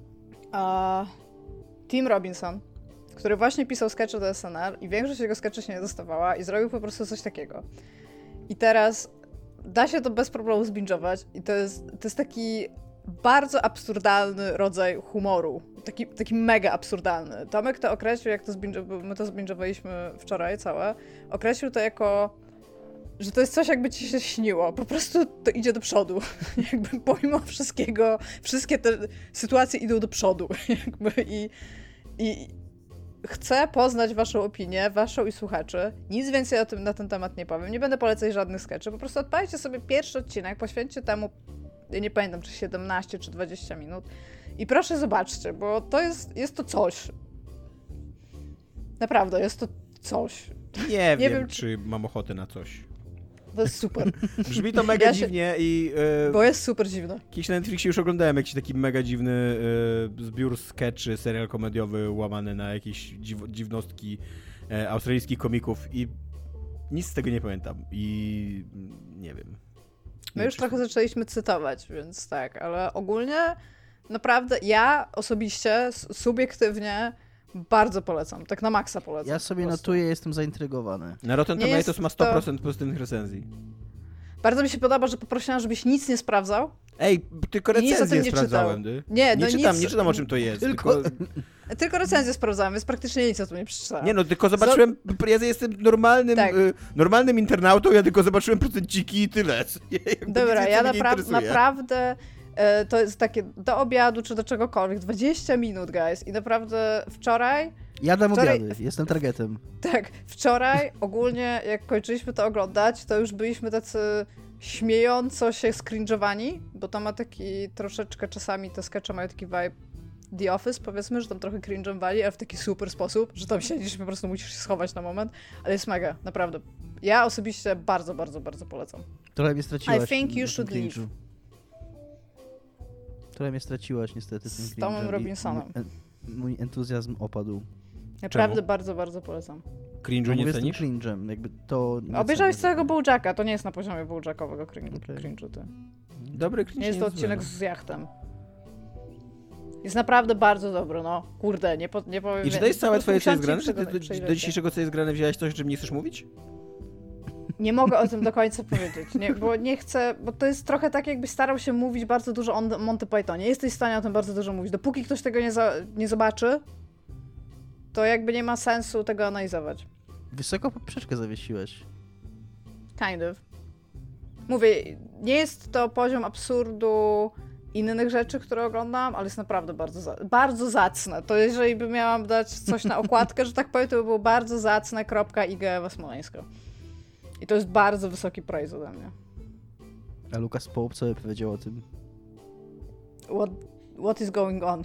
Tim Robinson, który właśnie pisał skecze do SNL i większość jego skeczy się nie dostawała i zrobił po prostu coś takiego. I teraz da się to bez problemu zbingować i to jest taki bardzo absurdalny rodzaj humoru. Taki mega absurdalny. Tomek to określił, my to zbingowaliśmy wczoraj całe, określił to jako, że to jest coś, jakby ci się śniło. Po prostu to idzie do przodu. Jakby pomimo wszystkiego, wszystkie te sytuacje idą do przodu. Jakby i chcę poznać waszą opinię, waszą i słuchaczy. Nic więcej na ten temat nie powiem. Nie będę polecać żadnych skeczy. Po prostu odpalcie sobie pierwszy odcinek, poświęćcie temu, ja nie pamiętam, czy 17, czy 20 minut. I proszę zobaczcie, bo to jest to coś. Naprawdę, jest to coś. Nie wiem, czy mam ochotę na coś. To jest super. Brzmi to mega dziwnie i... Bo jest super dziwne. Kiedyś na Netflixie już oglądałem jakiś taki mega dziwny zbiór sketchy, serial komediowy łamany na jakieś dziwnostki australijskich komików i nic z tego nie pamiętam i nie wiem. My już trochę zaczęliśmy cytować, więc tak, ale ogólnie naprawdę ja osobiście, subiektywnie bardzo polecam, tak na maksa polecam. Ja sobie notuję, jestem zaintrygowany. Na Rotten Tomatoes ma 100% pozytywnych recenzji. Bardzo mi się podoba, że poprosiłam, żebyś nic nie sprawdzał. Ej, tylko recenzję sprawdzałem. Nie czytam o czym to jest. Tylko recenzję sprawdzałem, więc praktycznie nic o tym nie przeczytałem. Nie no, tylko zobaczyłem, ja jestem normalnym internautą, ja tylko zobaczyłem procenciki i tyle. Dobra, ja naprawdę to jest takie do obiadu czy do czegokolwiek, 20 minut, guys. I naprawdę wczoraj, obiady, jestem targetem. Tak, wczoraj ogólnie jak kończyliśmy to oglądać, to już byliśmy tacy śmiejąco się skrinżowani, bo to ma taki troszeczkę, czasami te skecze mają taki vibe The Office, powiedzmy, że tam trochę cringe'owali, ale w taki super sposób, że tam siedzisz i po prostu musisz się schować na moment, ale jest mega, naprawdę. Ja osobiście bardzo, bardzo, bardzo polecam. Trochę mnie straciłaś. I think you should leave. Trochę mnie straciłaś niestety. Z Tomem Robinsonem. Mój entuzjazm opadł. Naprawdę Czemu? bardzo, bardzo polecam. Cringe'u nie cenisz? Cringe'em, jakby to... Obejrzałeś całego Bojacka, to nie jest na poziomie Bojackowego cringe'u, ty. Dobry cringe nie jest to odcinek z jachtem. Jest naprawdę bardzo dobry, no. Kurde, nie powiem... I czy to jest całe twoje, co jest grane? Czy ty do dzisiejszego, co jest grane, wziąłeś coś, o czym nie chcesz mówić? Nie mogę o tym do końca powiedzieć, bo nie chcę, bo to jest trochę tak, jakbyś starał się mówić bardzo dużo o Monty Pythonie. Jesteś w stanie o tym bardzo dużo mówić. Dopóki ktoś tego nie zobaczy, to jakby nie ma sensu tego analizować. Wysoko poprzeczkę zawiesiłeś. Kind of. Mówię, nie jest to poziom absurdu innych rzeczy, które oglądam, ale jest naprawdę bardzo zacne. To jeżeli by miałam dać coś na okładkę, że tak powiem, to by było bardzo zacne, .ig Ewa Smoleńska. I to jest bardzo wysoki praise ode mnie. A Lukas Pope co by powiedział o tym? What is going on?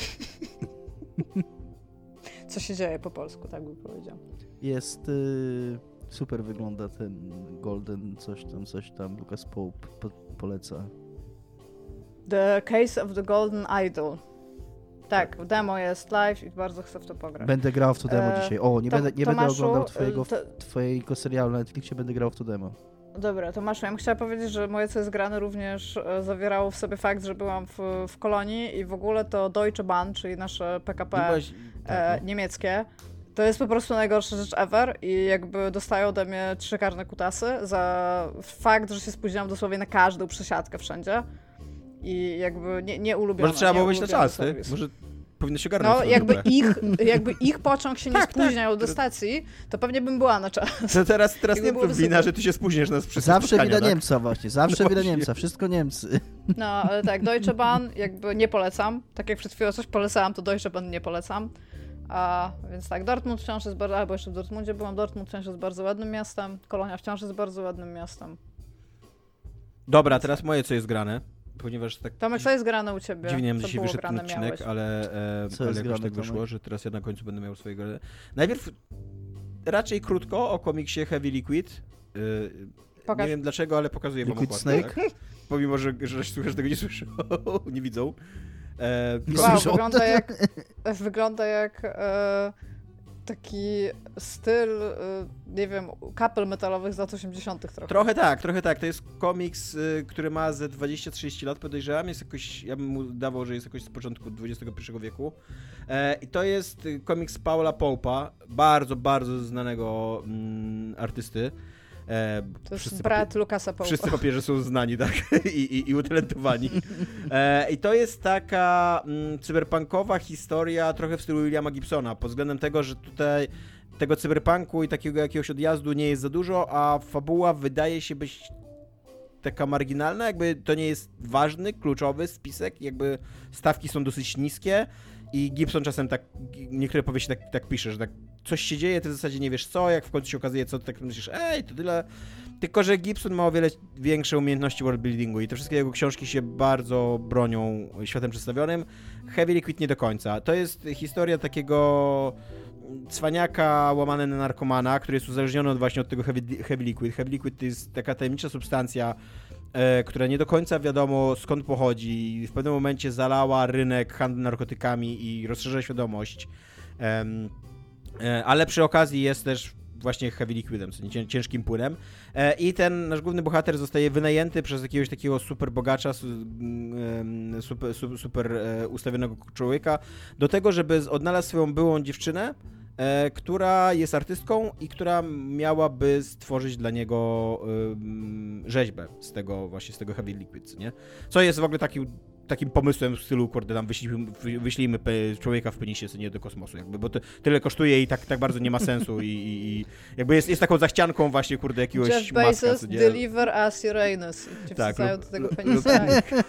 Co się dzieje po polsku, tak bym powiedział. Jest... super wygląda ten Golden coś tam. Lukas Pope poleca. The Case of the Golden Idol. Tak, demo jest live i bardzo chcę w to pograć. Będę grał w to demo dzisiaj. O, nie będę oglądał twojego serialu na Netflixie, będę grał w to demo. Dobra, Tomaszu, ja bym chciała powiedzieć, że moje co jest grane również zawierało w sobie fakt, że byłam w Kolonii i w ogóle to Deutsche Bahn, czyli nasze PKP niemieckie, to jest po prostu najgorsza rzecz ever i jakby dostają ode mnie 3 karne kutasy za fakt, że się spóźniłam dosłownie na każdą przesiadkę wszędzie. I jakby nie ulubione. Może trzeba było być na czas, ty? Może powinno się ogarnąć. No, jakby ich pociąg się nie spóźniał do stacji, to pewnie bym była na czas. To teraz Niemców wina, że ty się spóźnisz nas przez zawsze wina Niemca właśnie, zawsze wina Niemca, wszystko Niemcy. No, ale tak, Deutsche Bahn jakby nie polecam. Tak jak przed chwilą coś polecałam, to Deutsche Bahn nie polecam. Więc tak, Dortmund wciąż jest bardzo, albo jeszcze w Dortmundzie byłam, Dortmund wciąż jest bardzo ładnym miastem, Kolonia wciąż jest bardzo ładnym miastem. Dobra, teraz moje co jest grane. Ponieważ tak Tomek, co jest grane u ciebie? Dziwnie nam dzisiaj wyszedł ten odcinek, ale jakoś tak wyszło, Tomek? że teraz ja na końcu będę miał swojego... Najpierw raczej krótko o komiksie Heavy Liquid. Nie wiem dlaczego, ale pokazuję wam Liquid okładkę. Snake? Tak? Pomimo, że słuchacze tego nie słyszą, nie widzą. Wow, wygląda jak taki styl, nie wiem, kapel metalowych z lat 80. trochę. Trochę tak. To jest komiks, który ma ze 20-30 lat, podejrzewam. Jest jakoś, ja bym mu dawał, że jest jakoś z początku XXI wieku. I to jest komiks Paula Pope'a, bardzo, bardzo znanego artysty. To jest brat Lucasa Pope'a. Wszyscy papieże są znani, tak? I utalentowani. I to jest taka cyberpunkowa historia trochę w stylu Williama Gibsona, pod względem tego, że tutaj tego cyberpunku i takiego jakiegoś odjazdu nie jest za dużo, a fabuła wydaje się być taka marginalna, jakby to nie jest ważny, kluczowy spisek, jakby stawki są dosyć niskie i Gibson czasem tak, niektóre powieści tak pisze, że tak coś się dzieje, ty w zasadzie nie wiesz co, jak w końcu się okazuje co, ty tak myślisz, to tyle. Tylko że Gibson ma o wiele większe umiejętności worldbuildingu i te wszystkie jego książki się bardzo bronią światem przedstawionym. Heavy Liquid nie do końca. To jest historia takiego cwaniaka łamany na narkomana, który jest uzależniony właśnie od tego Heavy Liquid. Heavy Liquid to jest taka tajemnicza substancja, która nie do końca wiadomo skąd pochodzi. W pewnym momencie zalała rynek handlu narkotykami i rozszerza świadomość. Ale przy okazji jest też właśnie heavy liquidem, ciężkim płynem. I ten nasz główny bohater zostaje wynajęty przez jakiegoś takiego super bogacza, super ustawionego człowieka do tego, żeby odnalazł swoją byłą dziewczynę, która jest artystką i która miałaby stworzyć dla niego rzeźbę z tego heavy liquid, nie? Co jest w ogóle takim pomysłem w stylu, kurde, tam wyślijmy człowieka w penisie, nie do kosmosu, jakby, bo to tyle kosztuje i tak bardzo nie ma sensu i jakby jest taką zachcianką właśnie, kurde, jakiegoś Jeff Bezos, deliver us Uranus. Tak, do tego penisa.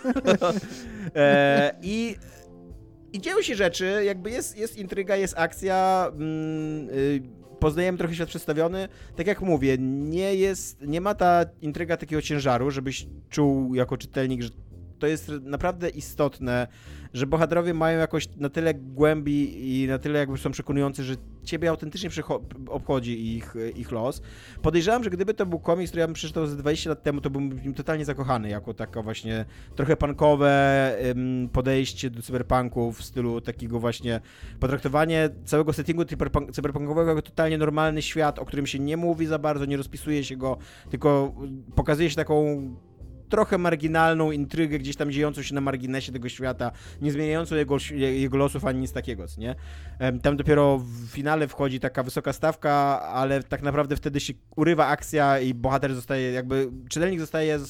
I dzieją się rzeczy, jakby jest intryga, jest akcja, poznajemy trochę świat przedstawiony. Tak jak mówię, nie ma ta intryga takiego ciężaru, żebyś czuł jako czytelnik, że to jest naprawdę istotne, że bohaterowie mają jakoś na tyle głębi i na tyle jakby są przekonujący, że ciebie autentycznie obchodzi ich los. Podejrzewam, że gdyby to był komiks, który ja bym przeczytał z 20 lat temu, to bym w nim totalnie zakochany, jako taka właśnie trochę punkowe podejście do cyberpunku w stylu takiego właśnie potraktowanie całego settingu cyberpunkowego jako totalnie normalny świat, o którym się nie mówi za bardzo, nie rozpisuje się go, tylko pokazuje się taką trochę marginalną intrygę, gdzieś tam dziejącą się na marginesie tego świata, nie zmieniającą jego losów ani nic takiego, nie? Tam dopiero w finale wchodzi taka wysoka stawka, ale tak naprawdę wtedy się urywa akcja i bohater zostaje jakby, czytelnik zostaje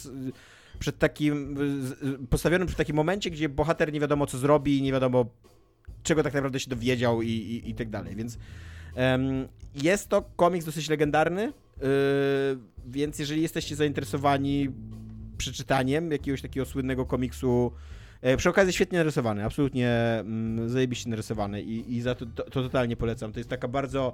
postawiony przy takim momencie, gdzie bohater nie wiadomo co zrobi, nie wiadomo czego tak naprawdę się dowiedział i tak dalej, więc jest to komiks dosyć legendarny, więc jeżeli jesteście zainteresowani przeczytaniem jakiegoś takiego słynnego komiksu, przy okazji świetnie narysowany, absolutnie zajebiście narysowany i za to totalnie polecam. To jest taka bardzo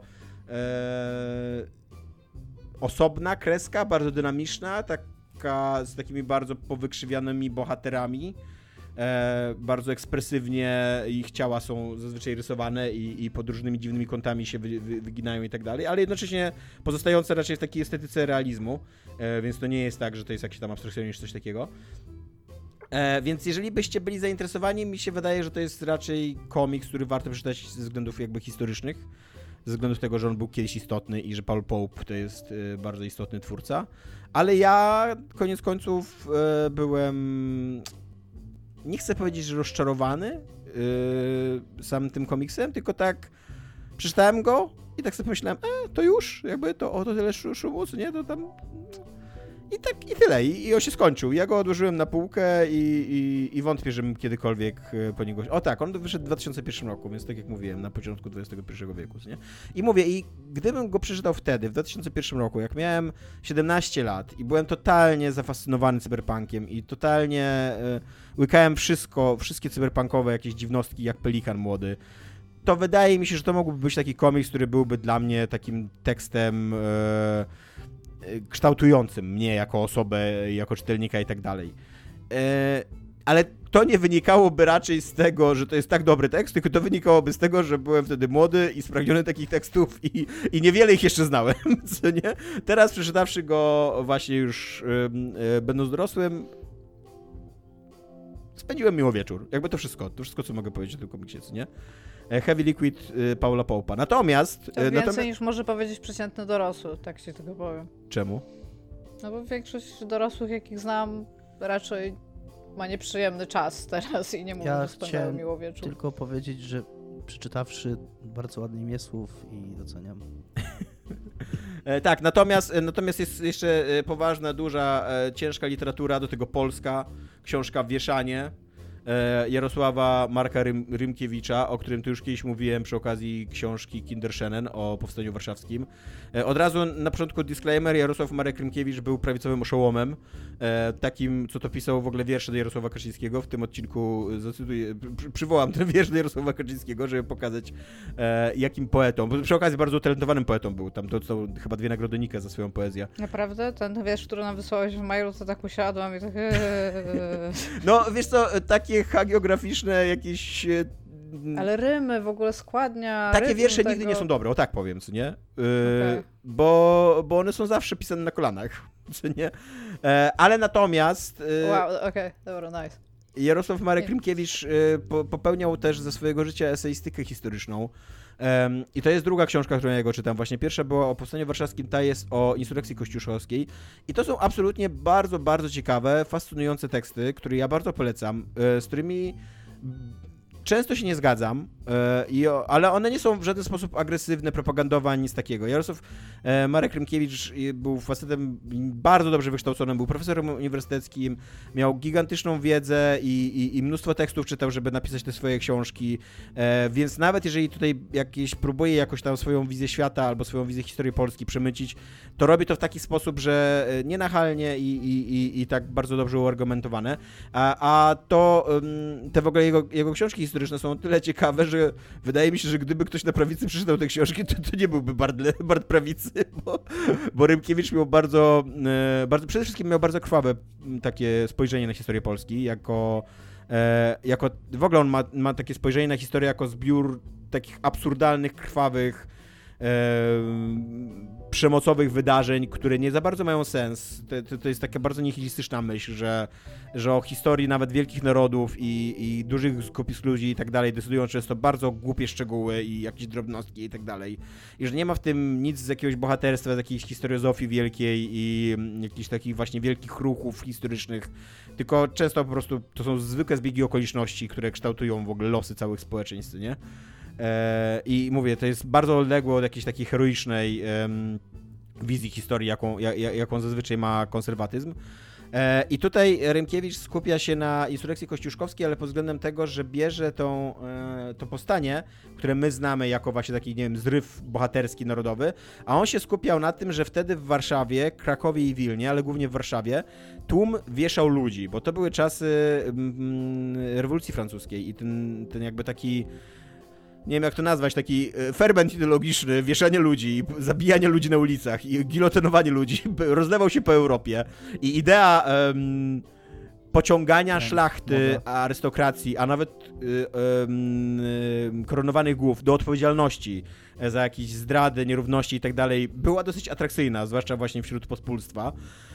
osobna kreska, bardzo dynamiczna, taka z takimi bardzo powykrzywianymi bohaterami, bardzo ekspresywnie ich ciała są zazwyczaj rysowane i pod różnymi dziwnymi kątami się wyginają i tak dalej, ale jednocześnie pozostające raczej w takiej estetyce realizmu, więc to nie jest tak, że to jest jakiś tam abstrakcjonizm czy coś takiego. Więc jeżeli byście byli zainteresowani, mi się wydaje, że to jest raczej komiks, który warto przeczytać ze względów jakby historycznych, ze względu tego, że on był kiedyś istotny i że Paul Pope to jest bardzo istotny twórca, ale ja koniec końców byłem... Nie chcę powiedzieć, że rozczarowany samym tym komiksem, tylko tak przeczytałem go i tak sobie pomyślałem, to już, jakby to tyle szumu, nie, to tam... I tyle. I on się skończył. Ja go odłożyłem na półkę i wątpię, żebym kiedykolwiek po niego... O tak, on wyszedł w 2001 roku, więc tak jak mówiłem, na początku XXI wieku, nie? I mówię, i gdybym go przeczytał wtedy, w 2001 roku, jak miałem 17 lat i byłem totalnie zafascynowany cyberpunkiem i totalnie łykałem wszystkie cyberpunkowe jakieś dziwnostki, jak Pelikan młody, to wydaje mi się, że to mógłby być taki komiks, który byłby dla mnie takim tekstem... kształtującym mnie jako osobę, jako czytelnika i tak dalej. Ale to nie wynikałoby raczej z tego, że to jest tak dobry tekst, tylko to wynikałoby z tego, że byłem wtedy młody i spragniony takich tekstów i niewiele ich jeszcze znałem, co nie? Teraz przeczytawszy go właśnie już będąc dorosłym, spędziłem miło wieczór. Jakby to wszystko, co mogę powiedzieć o tym komiksie, co nie? Heavy Liquid Paula Pope'a. Natomiast... To więcej niż może powiedzieć przeciętny dorosły, tak ci tylko powiem. Czemu? No bo większość dorosłych, jakich znam, raczej ma nieprzyjemny czas teraz i nie mówię, że spędzają miło wieczór. Tylko powiedzieć, że przeczytawszy bardzo ładny imię słów i doceniam. Tak, natomiast jest jeszcze poważna, duża, ciężka literatura, do tego polska, książka Wieszanie Jarosława Marka Rymkiewicza, o którym tu już kiedyś mówiłem przy okazji książki Kinderszenen o Powstaniu Warszawskim. Od razu na początku disclaimer, Jarosław Marek Rymkiewicz był prawicowym oszołomem, takim, co to pisał w ogóle wiersze do Jarosława Kaczyńskiego. W tym odcinku przywołam ten wiersz do Jarosława Kaczyńskiego, żeby pokazać, jakim poetą, bo przy okazji bardzo utalentowanym poetą był. Tam dostał chyba 2 nagrody Nika za swoją poezję. Naprawdę? Ten wiersz, który nam wysłałeś w mailu, to tak usiadłam i tak... No, wiesz co, takie hagiograficzne jakieś... Ale rymy, w ogóle składnia... Takie wiersze tego... nigdy nie są dobre, o tak powiem, co nie? Okay. Bo one są zawsze pisane na kolanach, co nie? Ale natomiast... Wow, okej, dobra, nice. Jarosław Marek Rymkiewicz popełniał też ze swojego życia eseistykę historyczną. I to jest druga książka, którą ja go czytam. Właśnie pierwsza była o Powstaniu Warszawskim, ta jest o insurekcji kościuszkowskiej. I to są absolutnie bardzo, bardzo ciekawe, fascynujące teksty, które ja bardzo polecam, z którymi często się nie zgadzam, ale one nie są w żaden sposób agresywne, propagandowe, ani nic takiego. Jarosław Marek Rymkiewicz był facetem bardzo dobrze wykształconym, był profesorem uniwersyteckim, miał gigantyczną wiedzę i mnóstwo tekstów czytał, żeby napisać te swoje książki, więc nawet jeżeli tutaj próbuje jakoś tam swoją wizję świata albo swoją wizję historii Polski przemycić, to robi to w taki sposób, że nienachalnie i tak bardzo dobrze uargumentowane, a to te w ogóle jego książki historyczne są o tyle ciekawe, że wydaje mi się, że gdyby ktoś na prawicy przeczytał te książki, to nie byłby Bart prawicy, bo Rymkiewicz miał bardzo, przede wszystkim miał bardzo krwawe takie spojrzenie na historię Polski, jako w ogóle on ma takie spojrzenie na historię jako zbiór takich absurdalnych, krwawych, przemocowych wydarzeń, które nie za bardzo mają sens. To jest taka bardzo nihilistyczna myśl, że o historii nawet wielkich narodów i dużych skupisk ludzi i tak dalej decydują często bardzo głupie szczegóły i jakieś drobnostki i tak dalej. I że nie ma w tym nic z jakiegoś bohaterstwa, z jakiejś historiozofii wielkiej i jakichś takich właśnie wielkich ruchów historycznych, tylko często po prostu to są zwykłe zbiegi okoliczności, które kształtują w ogóle losy całych społeczeństw, nie? I mówię, to jest bardzo odległe od jakiejś takiej heroicznej wizji historii, jaką zazwyczaj ma konserwatyzm. I tutaj Rymkiewicz skupia się na insurekcji kościuszkowskiej, ale pod względem tego, że bierze to powstanie, które my znamy jako właśnie taki, nie wiem, zryw bohaterski, narodowy, a on się skupiał na tym, że wtedy w Warszawie, Krakowie i Wilnie, ale głównie w Warszawie, tłum wieszał ludzi, bo to były czasy rewolucji francuskiej i ten jakby taki... Nie wiem jak to nazwać, taki ferment ideologiczny, wieszanie ludzi, zabijanie ludzi na ulicach i gilotynowanie ludzi rozlewał się po Europie i idea pociągania szlachty, arystokracji, a nawet koronowanych głów do odpowiedzialności za jakieś zdrady, nierówności i tak dalej była dosyć atrakcyjna, zwłaszcza właśnie wśród pospólstwa.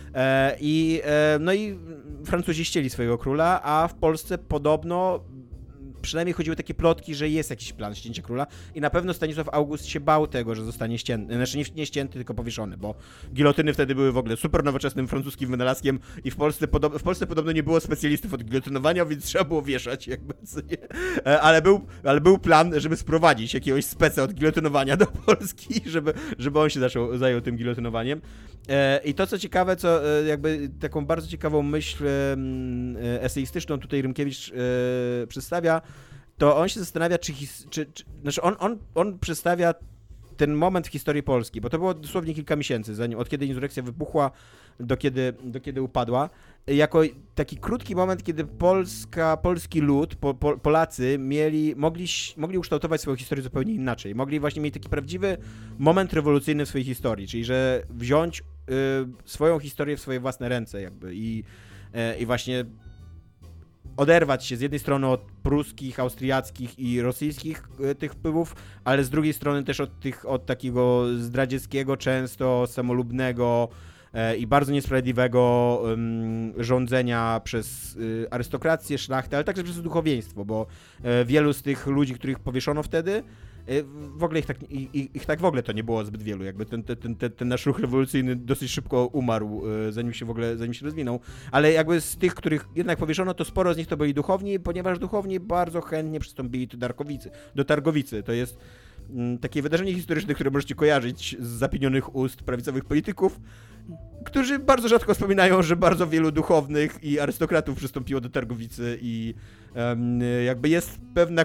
No i Francuzi ścieli swojego króla, a w Polsce podobno przynajmniej chodziły takie plotki, że jest jakiś plan ścięcia króla i na pewno Stanisław August się bał tego, że zostanie ścięty, znaczy nie ścięty, tylko powieszony, bo gilotyny wtedy były w ogóle super nowoczesnym francuskim wynalazkiem i w Polsce podobno nie było specjalistów od gilotynowania, więc trzeba było wieszać jakby, ale był plan, żeby sprowadzić jakiegoś speca od gilotynowania do Polski, żeby on się zajął tym gilotynowaniem. I to co ciekawe, co jakby taką bardzo ciekawą myśl eseistyczną tutaj Rymkiewicz przedstawia, to on się zastanawia, znaczy on przedstawia ten moment w historii Polski, bo to było dosłownie kilka miesięcy, od kiedy insurekcja wybuchła, do kiedy upadła, jako taki krótki moment, kiedy polski lud, Polacy mogli ukształtować swoją historię zupełnie inaczej. Mogli właśnie mieć taki prawdziwy moment rewolucyjny w swojej historii, czyli że wziąć swoją historię w swoje własne ręce jakby i właśnie oderwać się z jednej strony od pruskich, austriackich i rosyjskich tych wpływów, ale z drugiej strony też od takiego zdradzieckiego, często samolubnego, i bardzo niesprawiedliwego rządzenia przez arystokrację, szlachtę, ale także przez duchowieństwo, bo wielu z tych ludzi, których powieszono wtedy, w ogóle ich tak w ogóle to nie było zbyt wielu, jakby ten nasz ruch rewolucyjny dosyć szybko umarł, zanim się rozwinął, ale jakby z tych, których jednak powieszono, to sporo z nich to byli duchowni, ponieważ duchowni bardzo chętnie przystąpili do Targowicy. To jest takie wydarzenie historyczne, które możecie kojarzyć z zapienionych ust prawicowych polityków, którzy bardzo rzadko wspominają, że bardzo wielu duchownych i arystokratów przystąpiło do Targowicy i jakby jest pewna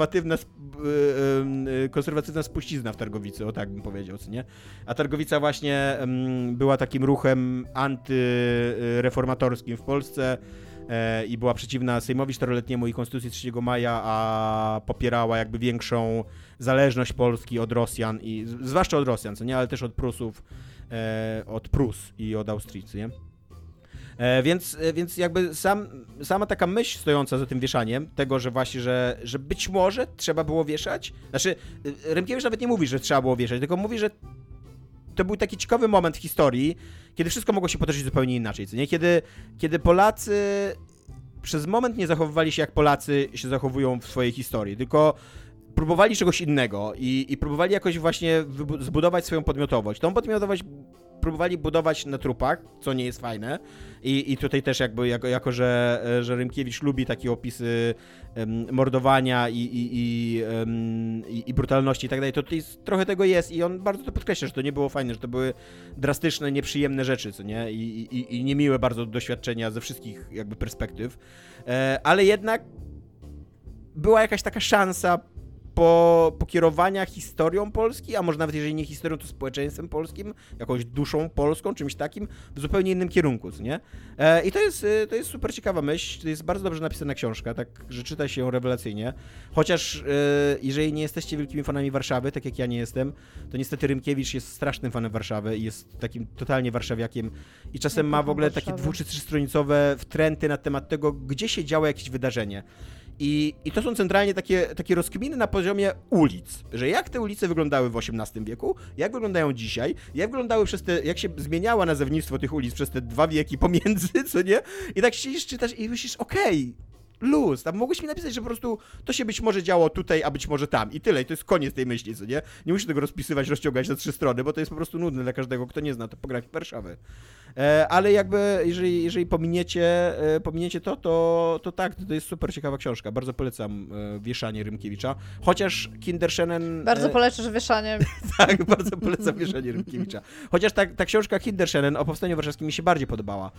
konserwatywna spuścizna w Targowicy, o tak bym powiedział, co nie? A Targowica właśnie była takim ruchem antyreformatorskim w Polsce i była przeciwna Sejmowi Czteroletniemu i Konstytucji 3 maja, a popierała jakby większą zależność Polski od Rosjan, i zwłaszcza od Rosjan, co nie? Ale też od Prusów, od Prus i od Austrii, nie? Więc jakby sama taka myśl stojąca za tym wieszaniem, tego, że właśnie, że być może trzeba było wieszać, znaczy Rymkiewicz nawet nie mówi, że trzeba było wieszać, tylko mówi, że to był taki ciekawy moment w historii, kiedy wszystko mogło się potoczyć zupełnie inaczej, co nie? Kiedy Polacy przez moment nie zachowywali się jak Polacy się zachowują w swojej historii, tylko próbowali czegoś innego i próbowali jakoś właśnie zbudować swoją podmiotowość. Tą podmiotowość próbowali budować na trupach, co nie jest fajne. I tutaj też jakby, jako że Rymkiewicz lubi takie opisy mordowania i brutalności i tak dalej, to tutaj trochę tego jest i on bardzo to podkreśla, że to nie było fajne, że to były drastyczne, nieprzyjemne rzeczy, co nie? I niemiłe bardzo doświadczenia ze wszystkich jakby perspektyw. Ale jednak była jakaś taka szansa pokierowania historią Polski, a może nawet jeżeli nie historią, to społeczeństwem polskim, jakąś duszą polską, czymś takim, w zupełnie innym kierunku, co nie? I to jest super ciekawa myśl, to jest bardzo dobrze napisana książka, tak, że czyta się ją rewelacyjnie, chociaż jeżeli nie jesteście wielkimi fanami Warszawy, tak jak ja nie jestem, to niestety Rymkiewicz jest strasznym fanem Warszawy i jest takim totalnie warszawiakiem i czasem ma w ogóle takie 2- czy 3-stronicowe wtręty na temat tego, gdzie się działo jakieś wydarzenie. I to są centralnie takie rozkminy na poziomie ulic, że jak te ulice wyglądały w XVIII wieku, jak wyglądają dzisiaj, jak wyglądały jak się zmieniało nazewnictwo tych ulic przez te 2 wieki pomiędzy, co nie? I tak siedzisz, czytasz i myślisz, okej, luz, tam mogłeś mi napisać, że po prostu to się być może działo tutaj, a być może tam i tyle, i to jest koniec tej myśli, co nie? Nie musisz tego rozpisywać, rozciągać na 3 strony, bo to jest po prostu nudne dla każdego, kto nie zna topografii Warszawy. Ale jakby, jeżeli pominiecie to tak, to jest super ciekawa książka, bardzo polecam Wieszanie Rymkiewicza, chociaż Kinderszenen... Bardzo polecasz Wieszanie. Tak, bardzo polecam Wieszanie Rymkiewicza. Chociaż ta książka Kinderszenen o Powstaniu Warszawskim mi się bardziej podobała,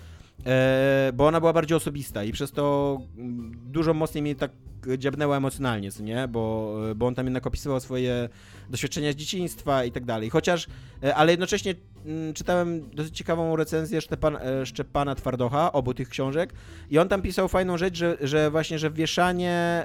bo ona była bardziej osobista i przez to dużo mocniej mnie tak dziabnęła emocjonalnie, co nie? Bo on tam jednak opisywał swoje doświadczenia z dzieciństwa i tak dalej. Ale jednocześnie czytałem dosyć ciekawą recenzję Szczepana Twardocha, obu tych książek, i on tam pisał fajną rzecz, że właśnie, że Wieszanie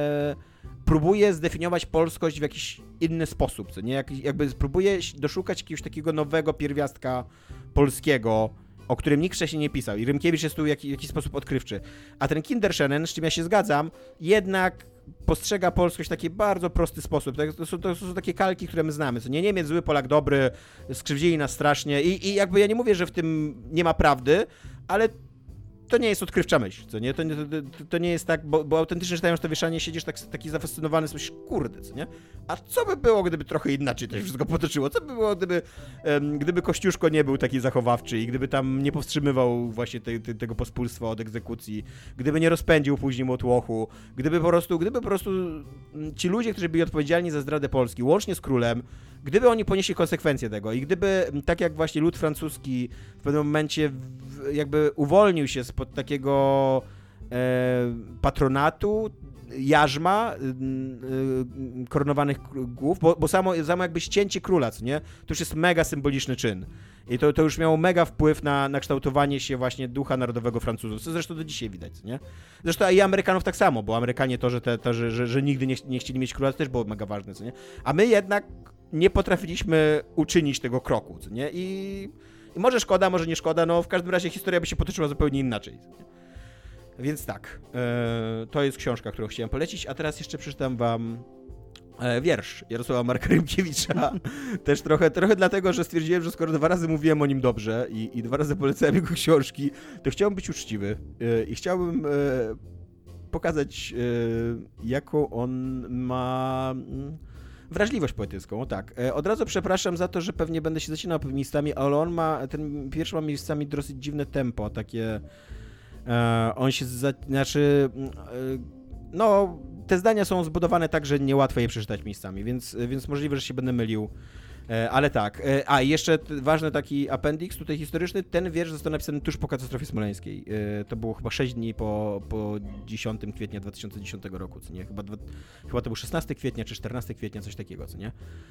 próbuje zdefiniować polskość w jakiś inny sposób, co nie? Jakby próbuje doszukać jakiegoś takiego nowego pierwiastka polskiego, o którym nikt wcześniej nie pisał. I Rymkiewicz jest tu w jakiś sposób odkrywczy. A ten Kinderszenen, z czym ja się zgadzam, jednak postrzega polskość w taki bardzo prosty sposób. To są takie kalki, które my znamy. Co nie? Niemiec zły, Polak dobry, skrzywdzili nas strasznie. I jakby ja nie mówię, że w tym nie ma prawdy, ale to nie jest odkrywcza myśl, co nie? To nie jest tak, bo autentycznie czytając to Wieszanie, siedzisz taki zafascynowany, myślisz, kurde, co nie? A co by było, gdyby trochę inaczej to się wszystko potoczyło? Co by było, gdyby Kościuszko nie był taki zachowawczy i gdyby tam nie powstrzymywał właśnie tego pospólstwa od egzekucji, gdyby nie rozpędził później motłochu, gdyby po prostu ci ludzie, którzy byli odpowiedzialni za zdradę Polski, łącznie z królem, gdyby oni ponieśli konsekwencje tego i gdyby, tak jak właśnie lud francuski w pewnym momencie jakby uwolnił się spod takiego patronatu, jarzma koronowanych głów, bo samo jakby ścięcie króla, co nie? To już jest mega symboliczny czyn. I to już miało mega wpływ na kształtowanie się właśnie ducha narodowego Francuzów, co zresztą do dzisiaj widać, co nie? Zresztą i Amerykanów tak samo, bo Amerykanie że nigdy nie chcieli mieć króla, to też było mega ważne, co nie? A my jednak nie potrafiliśmy uczynić tego kroku, co nie? I może szkoda, może nie szkoda, no w każdym razie historia by się potoczyła zupełnie inaczej. Więc tak, to jest książka, którą chciałem polecić, a teraz jeszcze przeczytam wam Wiersz Jarosława Marka Rymkiewicza. Też trochę dlatego, że stwierdziłem, że skoro 2 razy mówiłem o nim dobrze i 2 razy polecałem jego książki, to chciałbym być uczciwy i chciałbym pokazać, jaką on ma wrażliwość poetycką. O tak. Od razu przepraszam za to, że pewnie będę się zacinał miejscami, ale ten wiersz ma miejscami dosyć dziwne tempo, takie on się, te zdania są zbudowane tak, że niełatwo je przeczytać miejscami, więc możliwe, że się będę mylił. Ale tak. I jeszcze ważny taki appendix tutaj historyczny. Ten wiersz został napisany tuż po katastrofie smoleńskiej. To było chyba 6 dni po 10 kwietnia 2010 roku, co nie? Chyba to był 16 kwietnia czy 14 kwietnia, coś takiego, co nie?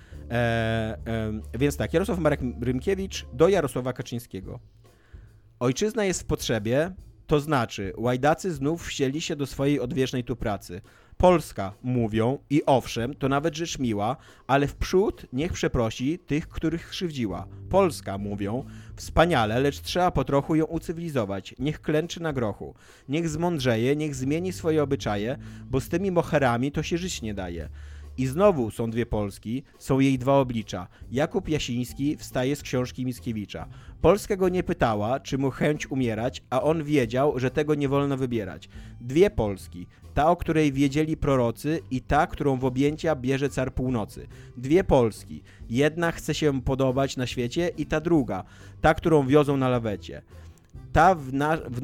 Więc tak, Jarosław Marek Rymkiewicz do Jarosława Kaczyńskiego. Ojczyzna jest w potrzebie, to znaczy łajdacy znów wzięli się do swojej odwiecznej tu pracy. Polska, mówią, i owszem, to nawet rzecz miła, ale wprzód niech przeprosi tych, których krzywdziła. Polska, mówią, wspaniale, lecz trzeba po trochu ją ucywilizować. Niech klęczy na grochu. Niech zmądrzeje, niech zmieni swoje obyczaje, bo z tymi moherami to się żyć nie daje. I znowu są 2 Polski, są jej 2 oblicza. Jakub Jasiński wstaje z książki Mickiewicza. Polska go nie pytała, czy mu chęć umierać, a on wiedział, że tego nie wolno wybierać. 2 Polski, ta, o której wiedzieli prorocy i ta, którą w objęcia bierze car północy. 2 Polski, jedna chce się podobać na świecie i ta druga, ta, którą wiozą na lawecie. Ta w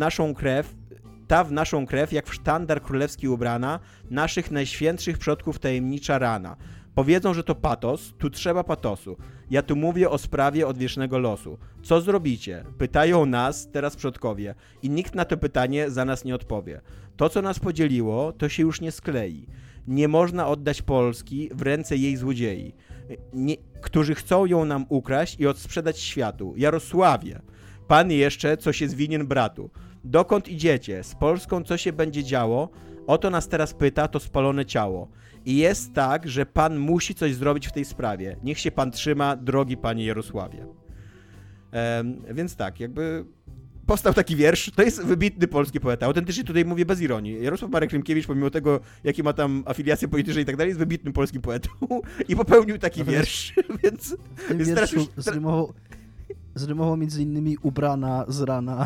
naszą krew, jak w sztandar królewski ubrana, naszych najświętszych przodków tajemnicza rana. Powiedzą, że to patos, tu trzeba patosu. Ja tu mówię o sprawie odwiecznego losu. Co zrobicie? Pytają nas teraz przodkowie i nikt na to pytanie za nas nie odpowie. To, co nas podzieliło, to się już nie sklei. Nie można oddać Polski w ręce jej złodziei, którzy chcą ją nam ukraść i odsprzedać światu. Jarosławie, pan jeszcze coś jest winien bratu. Dokąd idziecie? Z Polską co się będzie działo? Oto nas teraz pyta to spalone ciało. I jest tak, że pan musi coś zrobić w tej sprawie. Niech się pan trzyma, drogi panie Jarosławie. Więc tak, jakby powstał taki wiersz. To jest wybitny polski poeta. Autentycznie tutaj mówię bez ironii. Jarosław Marek Rymkiewicz, pomimo tego, jakie ma tam afiliacje polityczne i tak dalej, jest wybitnym polskim poetą i popełnił taki wiersz, więc teraz już... Zrymował między innymi ubrana z rana.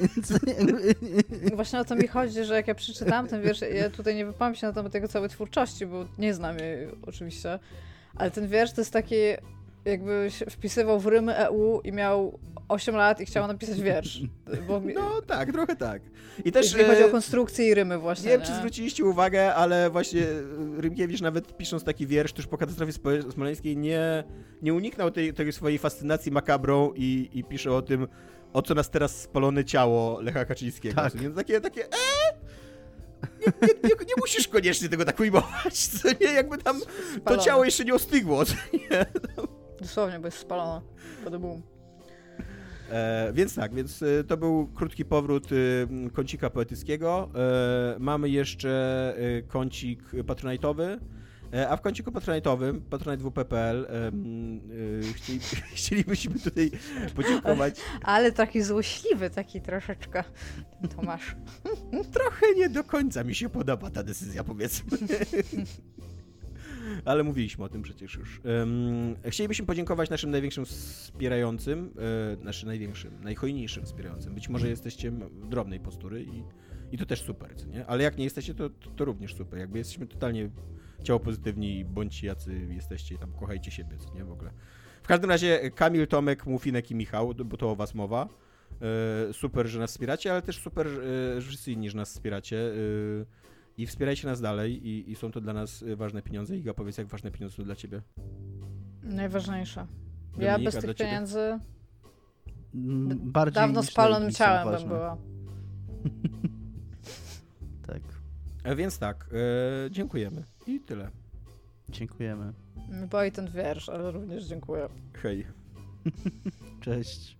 Właśnie o to mi chodzi, że jak ja przeczytałam ten wiersz, ja tutaj nie wypowiem się na temat jego całej twórczości, bo nie znam jej oczywiście, ale ten wiersz to jest taki, jakby się wpisywał w rymy EU i miał 8 lat i chciał napisać wiersz. No tak, trochę tak. I też jeżeli chodzi o konstrukcję i rymy właśnie. Nie wiem, czy zwróciliście uwagę, ale właśnie Rymkiewicz nawet pisząc taki wiersz tuż po katastrofie smoleńskiej nie uniknął tej swojej fascynacji makabrą i pisze o tym, o co nas teraz spalone ciało Lecha Kaczyńskiego. Tak. Więc takie nie musisz koniecznie tego tak ujmować, co nie? Jakby tam to ciało jeszcze nie ostygło, co nie? Dosłownie, bo jest spalone. Podobum. Więc to był krótki powrót kącika poetyckiego. Mamy jeszcze kącik patronajtowy, a w kąciku patronajtowym, patronite.wp.pl, chcielibyśmy tutaj podziękować. Ale taki złośliwy, taki troszeczkę, Tomasz. Trochę nie do końca mi się podoba ta decyzja, powiedzmy. Ale mówiliśmy o tym przecież już. Chcielibyśmy podziękować naszym największym wspierającym, najhojniejszym wspierającym. Być może jesteście drobnej postury i to też super, co nie? Ale jak nie jesteście, to również super. Jakby jesteśmy totalnie ciało pozytywni, bądźcie jacy jesteście, tam kochajcie siebie, co nie? W ogóle. W każdym razie Kamil, Tomek, Mufinek i Michał, bo to o was mowa. Super, że nas wspieracie, ale też super, że wszyscy inni, że nas wspieracie. I wspierajcie nas dalej i są to dla nas ważne pieniądze. Iga, powiedz, jak ważne pieniądze są dla ciebie? Najważniejsze. Dominika, Ja bez tych pieniędzy bardziej dawno niż spalonym ciałem ważne. bym była. Tak. Więc tak, dziękujemy. I tyle. Dziękujemy. Mi boi ten wiersz, ale również dziękuję. Hej. Cześć.